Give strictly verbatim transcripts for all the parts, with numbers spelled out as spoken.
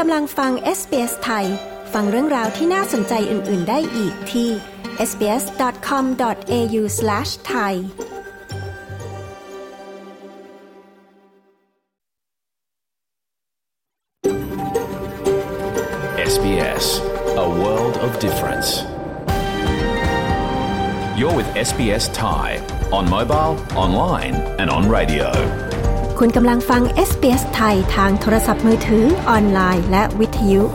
กำลังฟัง เอส บี เอส ไทยฟังเรื่องราวที่น่าสนใจอื่นๆได้อีกที่ เอส บี เอส ดอท คอม ดอท เอ ยู สแลช ไทยเอส บี เอส, a world of difference. You're with เอส บี เอส Thai on mobile, online and on radio. คุณกำลังฟัง เอส บี เอส ไทยทางโทรศัพท์มือถือออนไลน์และวิทยุ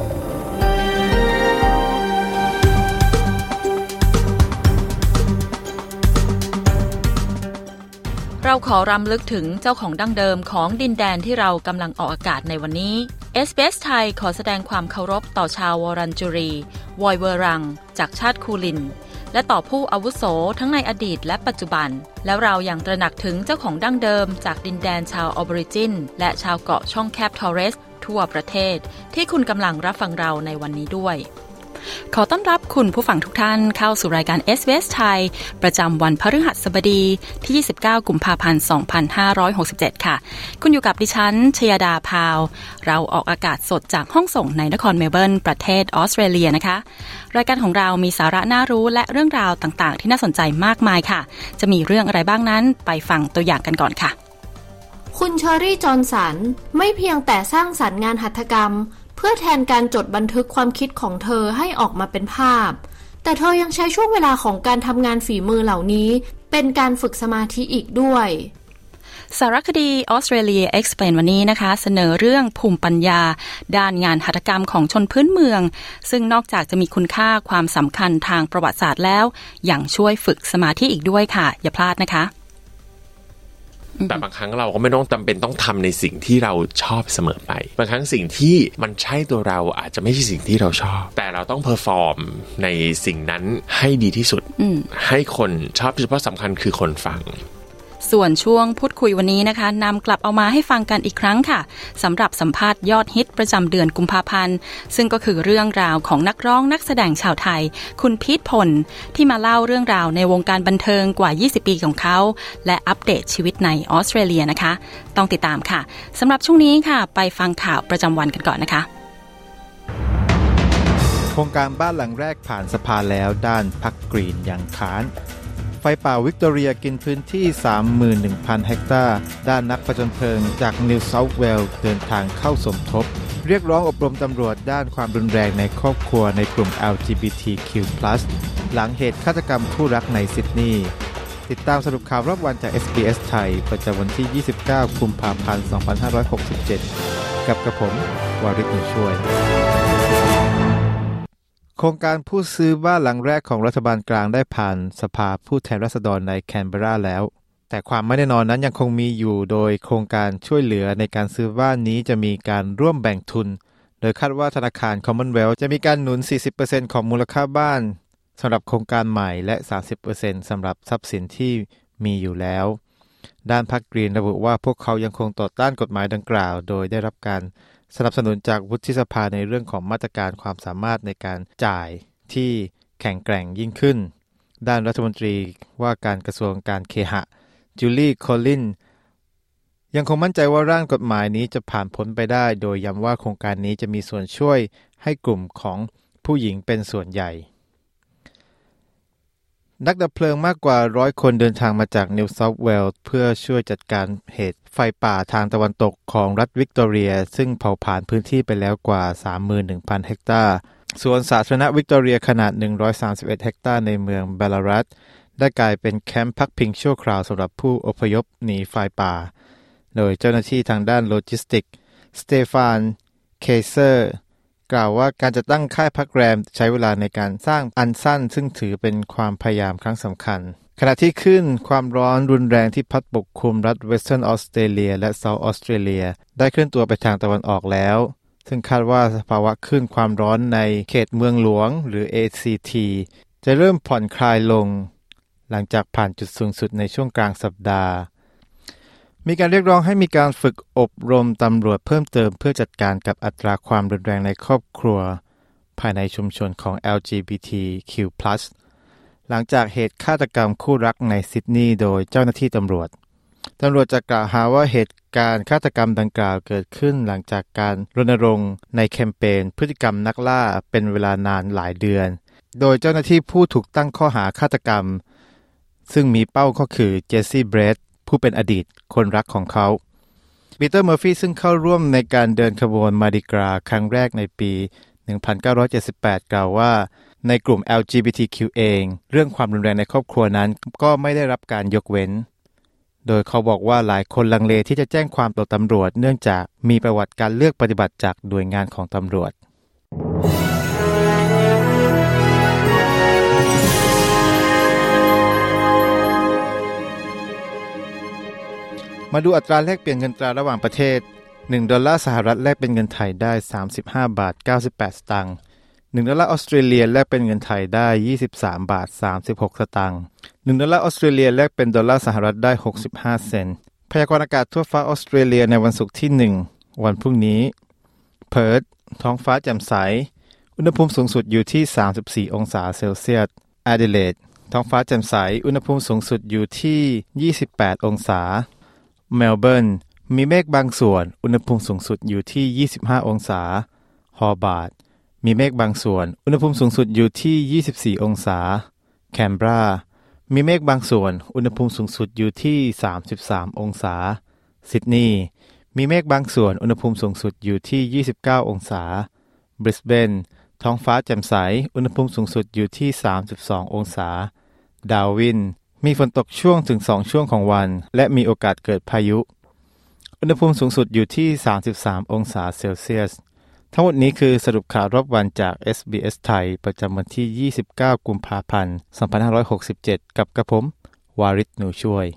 เราขอรำลึกถึงเจ้าของดั้งเดิมของดินแดนที่เรากำลังออกอากาศในวันนี้ เอส บี เอส ไทยขอแสดงความเคารพต่อชาววอรัญจุรีวอยเวอรังจากชาติคูลินและต่อผู้อาวุโสทั้งในอดีตและปัจจุบันแล้วเรายังตระหนักถึงเจ้าของดั้งเดิมจากดินแดนชาวออบอริจินและชาวเกาะช่องแคบทอร์เรสทั่วประเทศที่คุณกำลังรับฟังเราในวันนี้ด้วยขอต้อนรับคุณผู้ฟังทุกท่านเข้าสู่รายการ เอส บี เอส ไทยประจำวันพฤหัสบดีที่ยี่สิบเก้ากุมภาพันธ์สองพันห้าร้อยหกสิบเจ็ดค่ะคุณอยู่กับดิฉันชยดาพาวเราออกอากาศสดจากห้องส่งในนครเมลเบิร์นประเทศออสเตรเลียนะคะรายการของเรามีสาระน่ารู้และเรื่องราวต่างๆที่น่าสนใจมากมายค่ะจะมีเรื่องอะไรบ้างนั้นไปฟังตัวอย่างกันก่อนค่ะคุณเชอรี่จอห์นสันไม่เพียงแต่สร้างสรรค์งานหัตถกรรมเพื่อแทนการจดบันทึกความคิดของเธอให้ออกมาเป็นภาพแต่เธอยังใช้ช่วงเวลาของการทำงานฝีมือเหล่านี้เป็นการฝึกสมาธิอีกด้วยสารคดี Australia Explain วันนี้นะคะเสนอเรื่องภูมิปัญญาด้านงานหัตถกรรมของชนพื้นเมืองซึ่งนอกจากจะมีคุณค่าความสำคัญทางประวัติศาสตร์แล้วยังช่วยฝึกสมาธิอีกด้วยค่ะอย่าพลาดนะคะแต่บางครั้งเราก็ไม่ต้องจำเป็นต้องทำในสิ่งที่เราชอบเสมอไปบางครั้งสิ่งที่มันใช่ตัวเราอาจจะไม่ใช่สิ่งที่เราชอบแต่เราต้องเพอร์ฟอร์มในสิ่งนั้นให้ดีที่สุดให้คนชอบเฉพาะสำคัญคือคนฟังส่วนช่วงพูดคุยวันนี้นะคะนำกลับเอามาให้ฟังกันอีกครั้งค่ะสำหรับสัมภาษณ์ยอดฮิตประจำเดือนกุมภาพันธ์ซึ่งก็คือเรื่องราวของนักร้องนักแสดงชาวไทยคุณพีทพลที่มาเล่าเรื่องราวในวงการบันเทิงกว่ายี่สิบปีของเขาและอัปเดตชีวิตในออสเตรเลียนะคะต้องติดตามค่ะสำหรับช่วงนี้ค่ะไปฟังข่าวประจำวันกันก่อนนะคะโครงการบ้านหลังแรกผ่านสภาแล้วด้านพรรคกรีนยังค้านไฟป่าวิกตอเรียกินพื้นที่ สามหมื่นหนึ่งพัน เฮกตาร์ด้านนักผจญเพลิงจากนิวเซาท์เวลส์เดินทางเข้าสมทบเรียกร้องอบรมตำรวจด้านความรุนแรงในครอบครัวในกลุ่ม แอล จี บี ที คิว พลัส หลังเหตุฆาตกรรมคู่รักในซิดนีย์ติดตามสรุปข่าวรอบวันจาก เอส บี เอส ไทยประจำวันที่ยี่สิบเก้ากุมภาพันธ์สองพันห้าร้อยหกสิบเจ็ดกับกระผมวาริศ บุญช่วยโครงการผู้ซื้อบ้านหลังแรกของรัฐบาลกลางได้ผ่านสภาผู้แทนราษฎรในแคนเบราแล้วแต่ความไม่แน่นอนนั้นยังคงมีอยู่โดยโครงการช่วยเหลือในการซื้อบ้านนี้จะมีการร่วมแบ่งทุนโดยคาดว่าธนาคาร Commonwealth จะมีการหนุน สี่สิบเปอร์เซ็นต์ ของมูลค่าบ้านสำหรับโครงการใหม่และ สามสิบเปอร์เซ็นต์ สำหรับทรัพย์สินที่มีอยู่แล้วด้านพรรคกรีนระบุว่าพวกเขายังคงต่อต้านกฎหมายดังกล่าวโดยได้รับการสนับสนุนจากวุฒิสภาในเรื่องของมาตรการความสามารถในการจ่ายที่แข็งแกร่งยิ่งขึ้นด้านรัฐมนตรีว่าการกระทรวงการเคหะจูลี่คอลลินยังคงมั่นใจว่าร่างกฎหมายนี้จะผ่านพ้นไปได้โดยย้ำว่าโครงการนี้จะมีส่วนช่วยให้กลุ่มของผู้หญิงเป็นส่วนใหญ่นักดับเพลิงมากกว่าร้อยคนเดินทางมาจากนิวเซาท์เวลส์เพื่อช่วยจัดการเหตุไฟป่าทางตะวันตกของรัฐวิกตอเรียซึ่งเผาผลาญพื้นที่ไปแล้วกว่า สามหมื่นหนึ่งพัน เฮกตาร์สวนสาธารณะวิกตอเรียขนาดหนึ่งร้อยสามสิบเอ็ดเฮกตาร์ในเมืองเบลารัสได้กลายเป็นแคมป์พักพิงชั่วคราวสำหรับผู้อพยพหนีไฟป่าโดยเจ้าหน้าที่ทางด้านโลจิสติกสเตฟานเคเซอร์กล่าวว่าการจะตั้งค่ายพักแรมใช้เวลาในการสร้างอันสั้นซึ่งถือเป็นความพยายามครั้งสำคัญขณะที่ขึ้นความร้อนรุนแรงที่พัดปกคลุมรัฐเวสเทิร์นออสเตรเลียและเซาท์ออสเตรเลียได้เคลื่อนตัวไปทางตะวันออกแล้วซึ่งคาดว่าสภาวะขึ้นความร้อนในเขตเมืองหลวงหรือ เอ ซี ที จะเริ่มผ่อนคลายลงหลังจากผ่านจุดสูงสุดในช่วงกลางสัปดาห์มีการเรียกร้องให้มีการฝึกอบรมตำรวจเพิ่มเติมเพื่อจัดการกับอัตราความรุนแรงในครอบครัวภายในชุมชนของ แอล จี บี ที คิว พลัส หลังจากเหตุฆาตกรรมคู่รักในซิดนีย์โดยเจ้าหน้าที่ตำรวจตำรวจจะกล่าวหาว่าเหตุการฆาตกรรมดังกล่าวเกิดขึ้นหลังจากการรณรงค์ในแคมเปญพฤติกรรมนักล่าเป็นเวลานานหลายเดือนโดยเจ้าหน้าที่ผู้ถูกตั้งข้อหาฆาตกรรมซึ่งมีเป้าก็คือเจสซี่เบรดผู้เป็นอดีตคนรักของเขาปีเตอร์เมอร์ฟี่ซึ่งเข้าร่วมในการเดินขบวนมาดิกราครั้งแรกในปีหนึ่งพันเก้าร้อยเจ็ดสิบแปดกล่าวว่าในกลุ่ม แอล จี บี ที คิว เองเรื่องความรุนแรงในครอบครัวนั้นก็ไม่ได้รับการยกเว้นโดยเขาบอกว่าหลายคนลังเลที่จะแจ้งความต่อตำรวจเนื่องจากมีประวัติการเลือกปฏิบัติจากหน่วยงานของตำรวจมาดูอัตราแลกเปลี่ยนเงินตราระหว่างประเทศหนึ่งดอลลาร์สหรัฐแลกเป็นเงินไทยได้สามสิบห้าบาทเก้าสิบแปดสตางค์หนึ่งดอลลาร์ออสเตรเลียแลกเป็นเงินไทยได้ยี่สิบสามบาทสามสิบหกสตางค์หนึ่งดอลลาร์ออสเตรเลียแลกเป็นดอลลาร์สหรัฐได้หกสิบห้าเซนต์พยากรณ์อากาศทั่วฟ้าออสเตรเลียในวันศุกร์ที่หนึ่งวันพรุ่งนี้เพิร์ธท้องฟ้าแจ่มใสอุณหภูมิสูงสุดอยู่ที่สามสิบสี่องศาเซลเซียสแอดิเลดท้องฟ้าแจ่มใสอุณหภูมิสูงสุดอยู่ที่ยี่สิบแปดองศาเมลเบิร์นมีเมฆบางส่วนอุณหภูมิสูงสุดอยู่ที่ยี่สิบห้าองศาฮอบาร์ตมีเมฆบางส่วนอุณหภูมิสูงสุดอยู่ที่ยี่สิบสี่องศาแคนเบรามีเมฆบางส่วนอุณหภูมิสูงสุดอยู่ที่สามสิบสามองศาซิดนีย์มีเมฆบางส่วนอุณหภูมิสูงสุดอยู่ที่ยี่สิบเก้าองศาบริสเบนท้องฟ้าแจ่มใสอุณหภูมิสูงสุดอยู่ที่สามสิบสององศาดาร์วินมีฝนตกช่วงถึงสองช่วงของวันและมีโอกาสเกิดพายุอุณหภูมิสูงสุดอยู่ที่สามสิบสามองศาเซลเซียสทั้งหมดนี้คือสรุปข่าวรอบวันจาก เอส บี เอส ไทยประจำวันที่ยี่สิบเก้ากุมภาพันธ์สองพันห้าร้อยหกสิบเจ็ดกับกระผมวาริศหนูช่วย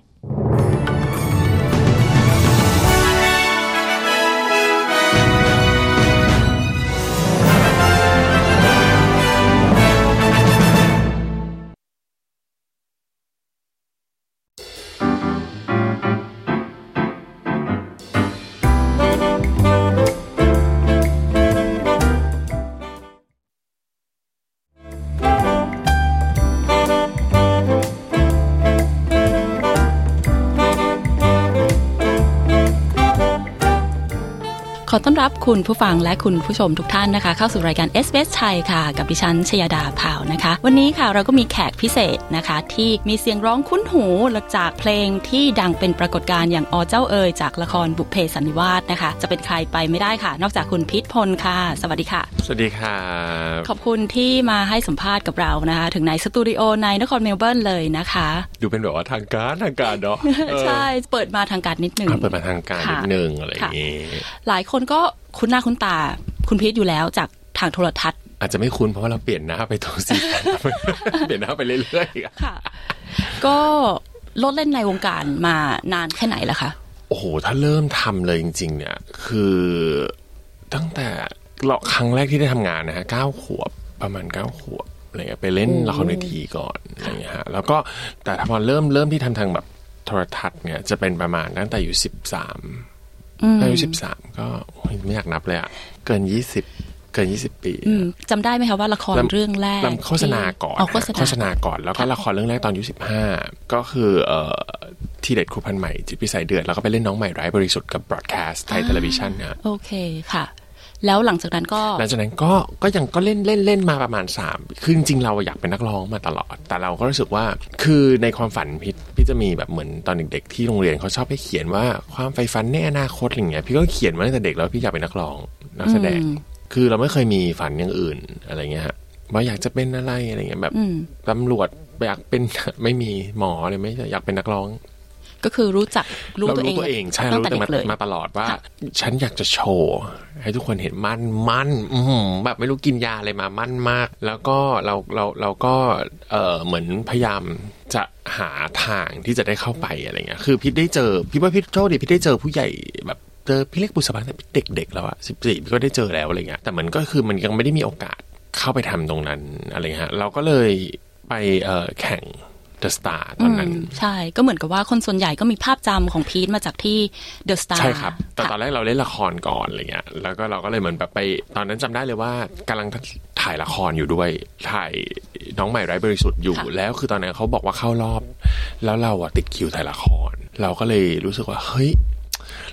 ขอต้อนรับคุณผู้ฟังและคุณผู้ชมทุกท่านนะคะเข้าสู่รายการ เอส บี เอส ไทยค่ะกับดิฉันชยดาพาวนะคะวันนี้ค่ะเราก็มีแขกพิเศษนะคะที่มีเสียงร้องคุ้นหูจากเพลงที่ดังเป็นปรากฏการณ์อย่างอเจ้าเอ๋ยจากละครบุพเพสันนิวาสนะคะจะเป็นใครไปไม่ได้ค่ะนอกจากคุณพิษพลค่ะสวัสดีค่ะสวัสดีค่ะขอบคุณที่มาให้สัมภาษณ์กับเรานะคะถึงในสตูดิโอในนครเมลเบิร์นเลยนะคะดูเป็นแบบว่าทางการทางการเนาะใช่เปิดมาทางการนิดนึงเปิดมาทางการนิดนึงอะไรอย่างงี้หลายคนก็คุ้นหน้าคุ้นตาคุณพีทอยู่แล้วจากทางโทรทัศน์อาจจะไม่คุ้นเพราะว่าเราเปลี่ยนหน้าไปโทรศัพท์เปลี่ยนหน้าไปเรื่อยๆค่ะก็ลดเล่นในวงการมานานแค่ไหนแล้วคะโอ้โหถ้าเริ่มทำเลยจริงๆเนี่ยคือตั้งแต่เราครั้งแรกที่ได้ทำงานนะฮะเก้าขวบประมาณเก้าขวบอะไรเงี้ยไปเล่นละครเวทีก่อนอะไรเงี้ยฮะแล้วก็แต่พอเริ่มเริ่มที่ทำทางแบบโทรทัศน์เนี่ยจะเป็นประมาณตั้งแต่อยู่สิบสามอายุสิบสามก็ไม่อยากนับเลยอ่ะเกินยี่สิบเกินยี่สิบปีจำได้ไหมคะว่าละครเรื่องแรกโฆษณาก่อนโฆษณาก่อนแล้วก็ละครเรื่องแรกตอนอายุสิบห้าก็คือเอ่อทีเด็ดครูพันใหม่จิตพิสัยเดือดแล้วก็ไปเล่นน้องใหม่ไร้บริสุทธิ์กับบรอดแคสต์ไทยเทเลวิชันนะโอเคค่ะแล้วหลังจากนั้นก็หลังจากนั้นก็ก็ยังก็เล่นเล่นเล่นมาประมาณสามคือจริงๆเราอยากเป็นนักร้องมาตลอดแต่เราก็รู้สึกว่าคือในความฝันพี่พี่จะมีแบบเหมือนตอนเด็กๆที่โรงเรียนเขาชอบให้เขียนว่าความใฝ่ฝันในอนาคตอะไรเงี้ยพี่ก็เขียนมาตั้งแต่เด็กแล้วพี่อยากเป็นนักร้องนักแสดงคือเราไม่เคยมีฝันอย่างอื่นอะไรเงี้ยฮะว่าอยากจะเป็นอะไรอะไรเงี้ยแบบตำรวจอยากเป็นไม่มีหมอเลยไม่อยากเป็นนักร้องก็คือรู้จักรู้ตัวเองตัวเองใช่รู้แต่มาตลอดว่าฉันอยากจะโชว์ให้ทุกคนเห็นมั่นมั่นแบบไม่รู้กินยาอะไรมามั่นมากแล้วก็เราเราเราก็เออเหมือนพยายามจะหาทางที่จะได้เข้าไปอะไรเงี้ยคือพี่ได้เจอพี่ว่าพี่โชคดีพี่ได้เจอผู้ใหญ่แบบเจอพี่เล็กบุษบาตั้งแต่เด็กๆแล้วอะสิบสี่พี่ก็ได้เจอแล้วอะไรเงี้ยแต่มันก็คือมันยังไม่ได้มีโอกาสเข้าไปทำตรงนั้นอะไรเงี้ยเราก็เลยไปเอ่อแข่งThe Star ตอนนั้นใช่ก็เหมือนกับว่าคนส่วนใหญ่ก็มีภาพจำของพีทมาจากที่ The Star ใช่ครับแต่ตอนแรกเราเล่นละครก่อนอะไรเงี้ยแล้วก็เราก็เลยเหมือนแบบไปตอนนั้นจำได้เลยว่ากำลังถ่ายละครอยู่ด้วยถ่ายน้องใหม่ไร้บริสุทธิ์อยู่แล้วคือตอนนั้นเขาบอกว่าเข้ารอบแล้วเราอะติดคิวถ่ายละครเราก็เลยรู้สึกว่าเฮ้ย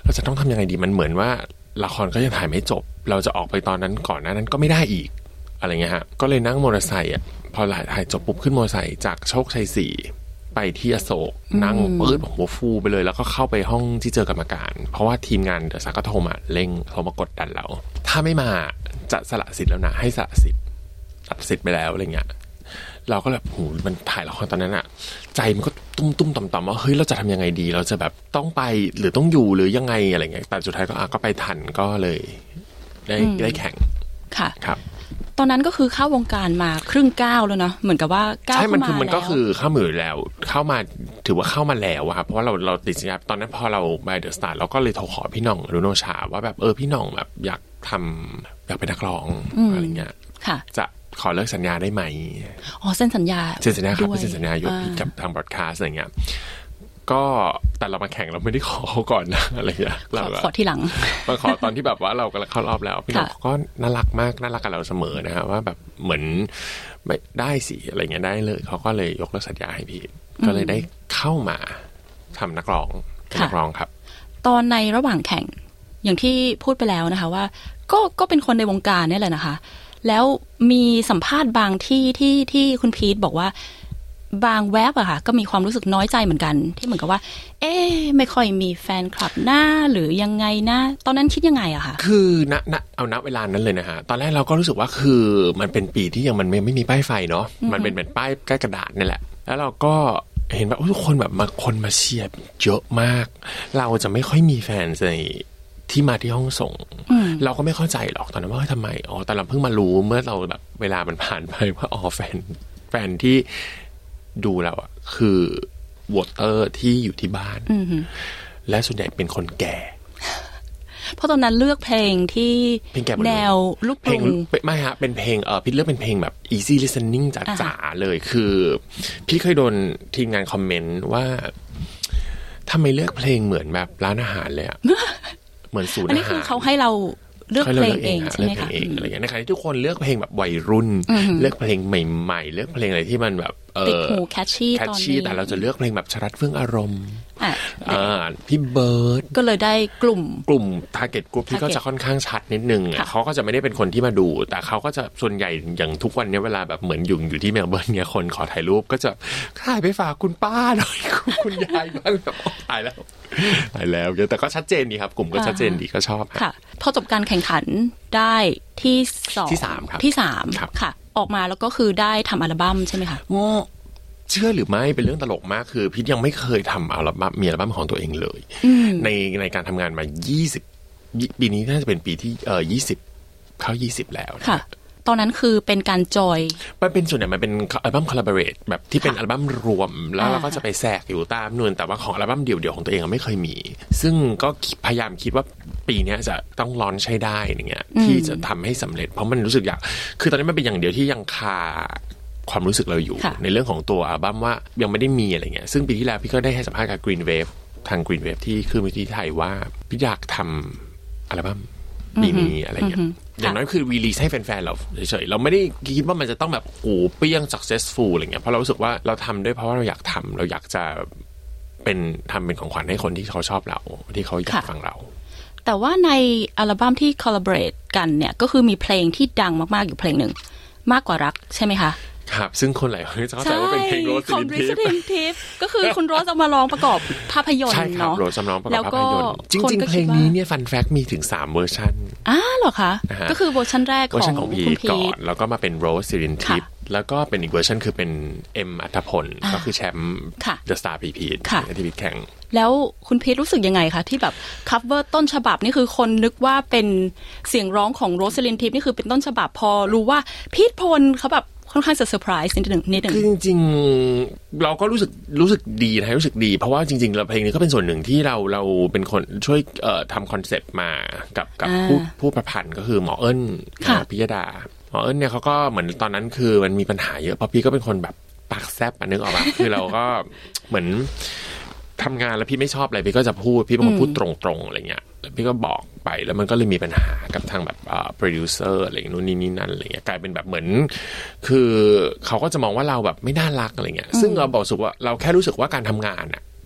เราจะต้องทำยังไงดีมันเหมือนว่าละครก็ยังถ่ายไม่จบเราจะออกไปตอนนั้นก่อนหน้านั้นก็ไม่ได้อีกอะไรเงี้ยฮะก็เลยนั่งมอเตอร์ไซค์อ่ะพอถ่ายจบปุ๊บขึ้นมอเตอร์ไซค์จากโชคชัยสี่ไปที่อโศกนั่งปื๊ดหัวฟูไปเลยแล้วก็เข้าไปห้องที่เจอกรรมการเพราะว่าทีมงานเดอะซักก็โทรมาเร่งโทรมากดดันเราถ้าไม่มาจะสละสิทธิ์แล้วนะให้สละสิทธิ์ตัดสิทธิ์ไปแล้วอะไรเงี้ยเราก็แบบโหมันถ่ายละครตอนนั้นอะใจมันก็ตุ้มตุ้มต่อมๆว่าเฮ้ยเราจะทำยังไงดีเราจะแบบต้องไปหรือต้องอยู่หรือยังไงอะไรเงี้ยแต่สุดท้ายก็อ่ะก็ไปทันก็เลยได้ได้แข่งค่ะครับตอนนั้นก็คือเข้าวงการมาครึ่งก้าวแล้วเนาะเหมือนกับว่าก้าวเข้ามาแล้วใช่มันคือมันก็คือเข้ามือแล้วเข้ามาถือว่าเข้ามาแล้วครับเพราะว่าเราเราติดสัญญาตอนนั้นพอเราไปเดอะสตาร์เราก็เลยโทรขอพี่หน่องรุโนชาว่าแบบเออพี่หน่องแบบอยากทำอยากเป็นนักร้องอะไรเงี้ยจะขอเลิกสัญญาได้ไหมอ๋อเซ็นสัญญาเซ็นสัญญาครับเซ็นสัญญาอยู่กับทางบรอดคาสต์อะไรเงี้ยก็แต่เรามาแข่งเราไม่ได้ขอเขาก่อนนะอะไรอย่างเงี้ยเราขอที่หลังมาขอตอนที่แบบว่าเรากำลังเข้ารอบแล้วพี่น้องก็น่ารักมากน่ารักกับเราเสมอนะฮะว่าแบบเหมือนไม่ได้สิอะไรเงี้ยได้เลยเขาก็เลยยกเลิกสัญญาให้พี่ก็เลยได้เข้ามาทำนักร้องนักร้องครับตอนในระหว่างแข่งอย่างที่พูดไปแล้วนะคะว่าก็ก็เป็นคนในวงการนี่แหละนะคะแล้วมีสัมภาษณ์บางที่ที่ที่คุณพีทบอกว่าบางแวบอะค่ะก็มีความรู้สึกน้อยใจเหมือนกันที่เหมือนกับว่าเอ๊ะไม่ค่อยมีแฟนคลับหน้าหรือยังไงนะตอนนั้นคิดยังไงอะค่ะคือณณเอาณเวลานั้นเลยนะฮะตอนแรกเราก็รู้สึกว่าคือมันเป็นปีที่ยังมันไม่ไม่มีป้ายไฟเนาะมันเป็นเหมือนป้ายใกล้กระดาษนี่แหละแล้วเราก็เห็นว่าทุกคนแบบมาคนมาเชียร์เยอะมากเราจะไม่ค่อยมีแฟนในที่มาที่ห้องส่งเราก็ไม่เข้าใจหรอกตอนนั้นว่าทำไมอ๋อแต่เราเพิ่งมารู้เมื่อเราแบบเวลามันผ่านไปว่าอ๋อแฟนแฟนที่ดูเราอ่ะคือวอเตอร์ที่อยู่ที่บ้านและส่วนใหญ่เป็นคนแก่เพราะตอนนั้นเลือกเพลงที่แนวลูกกรุงไม่ฮะเป็นเพลงเออพี่เลือกเป็นเพลงแบบ easy listening จ๋าๆเลยคือพี่เคยโดนทีมงานคอมเมนต์ว่าทำไมเลือกเพลงเหมือนแบบร้านอาหารเลยอ่ะเหมือนศูนย์อาหารอันนี้คือเขาให้เราเลือกเพลงเองใช่ไหมคะอะไรอย่างเงี้ยในขณะที่ทุกคนเลือกเพลงแบบวัยรุ่นเลือกเพลงใหม่ๆเลือกเพลงอะไรที่มันแบบติดหูแคชชี่ตอนนี้แต่เราจะเลือกเพลงแบบชรัตน์เฟื่องอารมณ์อ่าพี่เบิร์ดก็เลยได้กลุ่มกลุ่ม target group ที่ก็จะค่อนข้างชัดนิดนึงเขาก็จะไม่ได้เป็นคนที่มาดูแต่เขาก็จะส่วนใหญ่อย่างทุกวันนี้เวลาแบบเหมือนอยู่อยู่ที่เมลเบิร์นเนี่ยคนขอถ่ายรูปก็จะถ่ายไปฝากคุณป้าหน่อยคุณยายบ้างแบบถ่ายแล้วถ่ายแล้วแต่ก็ชัดเจนดีครับกลุ่มก็ชัดเจนดีก็ชอบค่ะพอจบการแข่งขันได้ที่สองที่สามครับที่สามค่ะออกมาแล้วก็คือได้ทำอัลบั้มใช่ไหมคะเชื่อหรือไม่เป็นเรื่องตลกมากคือพี่ยังไม่เคยทำอัลบั้มมีอัลบั้มของตัวเองเลยในในการทำงานมายี่สิบปีนี้น่าจะเป็นปีที่เอ่อยี่สิบเข้ายี่สิบแล้วค่ะตอนนั้นคือเป็นการจอยมันเป็นส่วนใหญ่มันเป็นอัลบั้มคอลลาบอเรทแบบที่เป็นอัลบั้มรวมแล้วเราก็จะไปแทรกอยู่ตามนู่นแต่ว่าของอัลบั้มเดี่ยวๆของตัวเองไม่เคยมีซึ่งก็พยายามคิดว่าปีนี้จะต้องลอนใช้ได้อย่างเงี้ยที่จะทำให้สำเร็จเพราะมันรู้สึกอยากคือตอนนี้มันเป็นอย่างเดียวที่ยังคาความรู้สึกเราอยู่ในเรื่องของตัวอัลบั้มว่ายังไม่ได้มีอะไรเงี้ยซึ่งปีที่แล้วพี่ก็ได้ให้สัมภาษณ์กับ Green Wave ทาง Green Wave ที่คือวิทยไทยว่าพี่อยากทำอัลบั้มปีนี้อะไรเงี้ยอย่างน้อยคือรีลีสให้แฟนๆเราเฉยๆเราไม่ได้คิดว่ามันจะต้องแบบโอ้เปรี้ยง successful อะไรเงี้ยเพราะเรารู้สึกว่าเราทำด้วยเพราะว่าเราอยากทำเราอยากจะเป็นทำเป็นของขวัญให้คนที่เขาชอบเราที่เขาอยากฟังเราแต่ว่าในอัลบั้มที่ collaborate กันเนี่ยก็คือมีเพลงที่ดังมากๆอยู่เพลงหนึ่งมากกว่ารักใช่ไหมคะครับซึ่งคนหลายคนจะเข้าใจว่าเป็นเพลงโรสซิลินทิฟก็คือคุณโรสเอามาร้องประกอบภาพยนตร์เนาะใช่ครับโรสร้องประกอบภาพยนตร์จริงๆเพลงนี้เนี่ยฟันแฟกต์มีถึงสามเวอร์ชันอ้าเหรอคะก็คือเวอร์ชันแรกของคุณพีก่อนแล้วก็มาเป็นโรสซิลินทิฟแล้วก็เป็นอีกเวอร์ชันคือเป็นเอ็มอัธพลก็คือแชมป์ The Star พีพีที่พีแข่งแล้วคุณพีทรู้สึกยังไงคะที่แบบคัฟเวอร์ต้นฉบับนี่คือคนนึกว่าเป็นเสียงร้องของโรสซิลินทิฟนี่คือเป็นต้นฉบับพอรู้ว่าพีทพลเขาแบบค่อนข้างจะเซอร์ไพรส์นิดนึงนิดนึงคือจริงๆเราก็รู้สึกรู้สึกดีนะรู้สึกดีเพราะว่าจริงๆแล้วเพลงนี้ก็เป็นส่วนหนึ่งที่เราเราเป็นคนช่วยเอ่อทำคอนเซ็ปต์มากับกับผู้ผู้ประพันธ์ก็คือหมอเอิญพิยดาหมอเอิญเนี่ยเขาก็เหมือนตอนนั้นคือมันมีปัญหาเยอะเพราะพี่ก็เป็นคนแบบปากแซบนึกออกป่ะคือเราก็เหมือนทำงานแล้วพี่ไม่ชอบอะไรพี่ก็จะพูดพี่เป็นคนพูดตรงๆอะไรเงี้ยแล้วพี่ก็บอกไปแล้วมันก็เลยมีปัญหากับทางแบบอ่าโปรดิวเซอร์อะไรนู่นนี่นี่นั่นอะไรเงี้ยกลายเป็นแบบเหมือนคือเขาก็จะมองว่าเราแบบไม่น่ารักอะไรเงี้ยซึ่งเราบอกสุดว่าเราแค่รู้สึกว่าการทำงานอ่ะ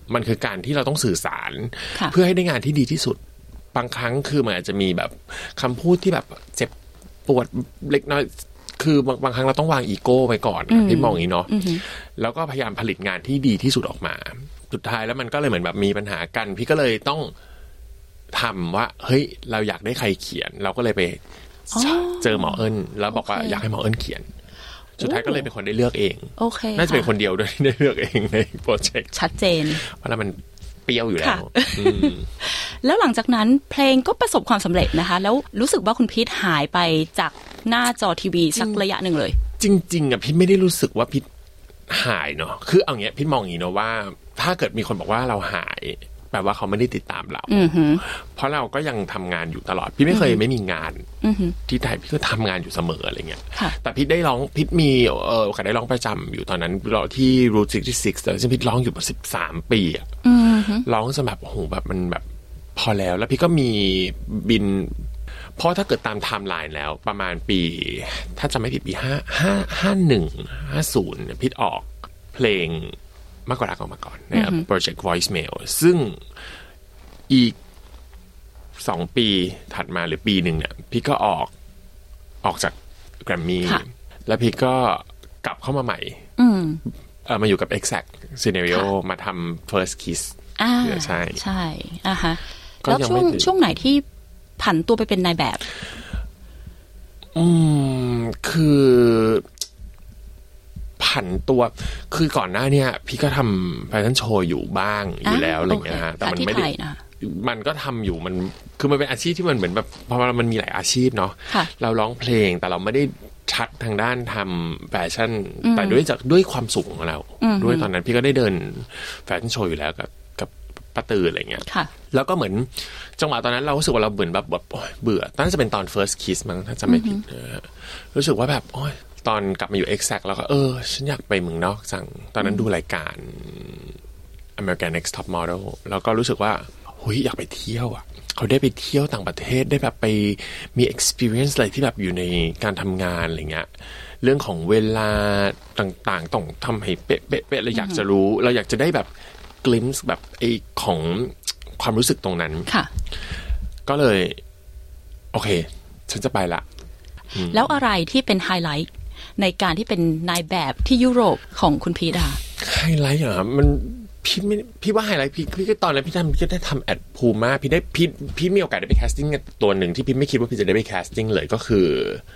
มันคือการที่เราต้องสื่อสารเพื่อให้ได้งานที่ดีที่สุดบางครั้งคือมันอาจจะมีแบบคำพูดที่แบบเจ็บปวดเล็กน้อยคือบางบางครั้งเราต้องวางอีโก้ไว้ก่อนพี่มองอย่างนี้เนาะแล้วก็พยายามผลิตงานที่ดีที่สุดออกมาสุดท้ายแล้วมันก็เลยเหมือนแบบมีปัญหากันพี่ก็เลยต้องทำว่าเฮ้ยเราอยากได้ใครเขียนเราก็เลยไปเจอหมอเอิญแล้วบอกว่าอยากให้หมอเอิญเขียนสุดท้ายก็เลยเป็นคนได้เลือกเองโอเคน่าจะเป็นคนเดียวด้วยได้เลือกเองในโปรเจกต์ชัดเจนเพราะแล้วมันเปรี้ยวอยู่แล้วแล้วหลังจากนั้นเพลงก็ประสบความสำเร็จนะคะแล้วรู้สึกว่าคุณพีทหายไปจากหน้าจอทีวีสักระยะหนึ่งเลยจริงๆอ่ะพีทไม่ได้รู้สึกว่าพีทหายเนาะคือเอาเงี้ยพีทมองอย่างนี้เนาะว่าถ้าเกิดมีคนบอกว่าเราหายแปลว่าเขาไม่ได้ติดตามเราเพราะเราก็ยังทำงานอยู่ตลอดพี่ไม่เคยไม่มีงานที่ไทยพี่ก็ทำงานอยู่เสมออะไรเงี้ยแต่พี่ได้ร้องพี่มีเออโอกาสได้ร้องประจำอยู่ตอนนั้นเราที่ Route ซิกซ์ตี้ซิกซ์ซึ่งพี่ร้องอยู่มาสิบสามปีอ่ะร้องจนแบบโอ้โหแบบมันแบบพอแล้วแล้วพี่ก็มีบินเพราะถ้าเกิดตามไทม์ไลน์แล้วประมาณปีถ้าจำไม่ผิดปีห้าห้าห้าหนึ่งห้าศูนย์พี่ออกเพลงมากกว่ารักออกมาก่อนนะครับโปรเจกต์ Voicemail ซึ่งอีกสองปีถัดมาหรือปีหนึ่งเนี่ยพี่ก็ออกออกจากแกรมมี่แล้วพี่ก็กลับเข้ามาใหม่เออมาอยู่กับ Exact Scenario มาทำ First Kiss อ่าใช่ใช่อ่ะฮะแล้วช่วงช่วงไหนที่ผันตัวไปเป็นนายแบบอืมคือผันตัวคือก่อนหน้าเนี่ยพี่ก็ทำแฟชั่นโชว์อยู่บ้างอยู่แล้วอะไรเงี้ยฮะแต่มันไม่ได้มันก็ทำอยู่มันคือมันเป็นอาชีพที่มันเหมือนแบบเพราะว่ามันมีหลายอาชีพเนาะเราร้องเพลงแต่เราไม่ได้ชัดทางด้านทำแฟชั่นแต่ด้วยจากด้วยความสูงของเราด้วยตอนนั้นพี่ก็ได้เดินแฟชั่นโชว์อยู่แล้วกับกับป้าตืออะไรเงี้ยแล้วก็เหมือนจังหวะตอนนั้นเรารู้สึกว่าเราเหมือนแบบแบบเบื่อตอนนั้นจะเป็นตอน first kiss มั้งถ้าจำไม่ผิดรู้สึกว่าแบบโอ๊ยตอนกลับมาอยู่ Exact แล้วก็เออฉันอยากไปเมืองนอกจังตอนนั้นดูรายการ American Next Top Model แล้วก็รู้สึกว่าเฮ้ยอยากไปเที่ยวอ่ะเขาได้ไปเที่ยวต่างประเทศได้แบบไปมี experience อะไรที่แบบอยู่ในการทำงานอะไรเงี้ยเรื่องของเวลาต่างๆต้องทำให้เป๊ะๆเราอยากจะรู้เราอยากจะได้แบบ glimpse แบบไอ้ของความรู้สึกตรงนั้นก็เลยโอเคฉันจะไปละแล้วอะไรที่เป็นไฮไลท์ในการที่เป็นนายแบบที่ยุโรปของคุณพีดาไฮไลท์เหรอมันพี่ไม่พี่ว่าไฮไลท์พี่พี่ก็ตอนนั้นพี่ทำพี่ก็ได้ทำแอดพูม่าพี่ได้พี่พี่มีโอกาสได้ไปแคสติ้งตัวหนึ่งที่พี่ไม่คิดว่าพี่จะได้ไปแคสติ้งเลยก็คือ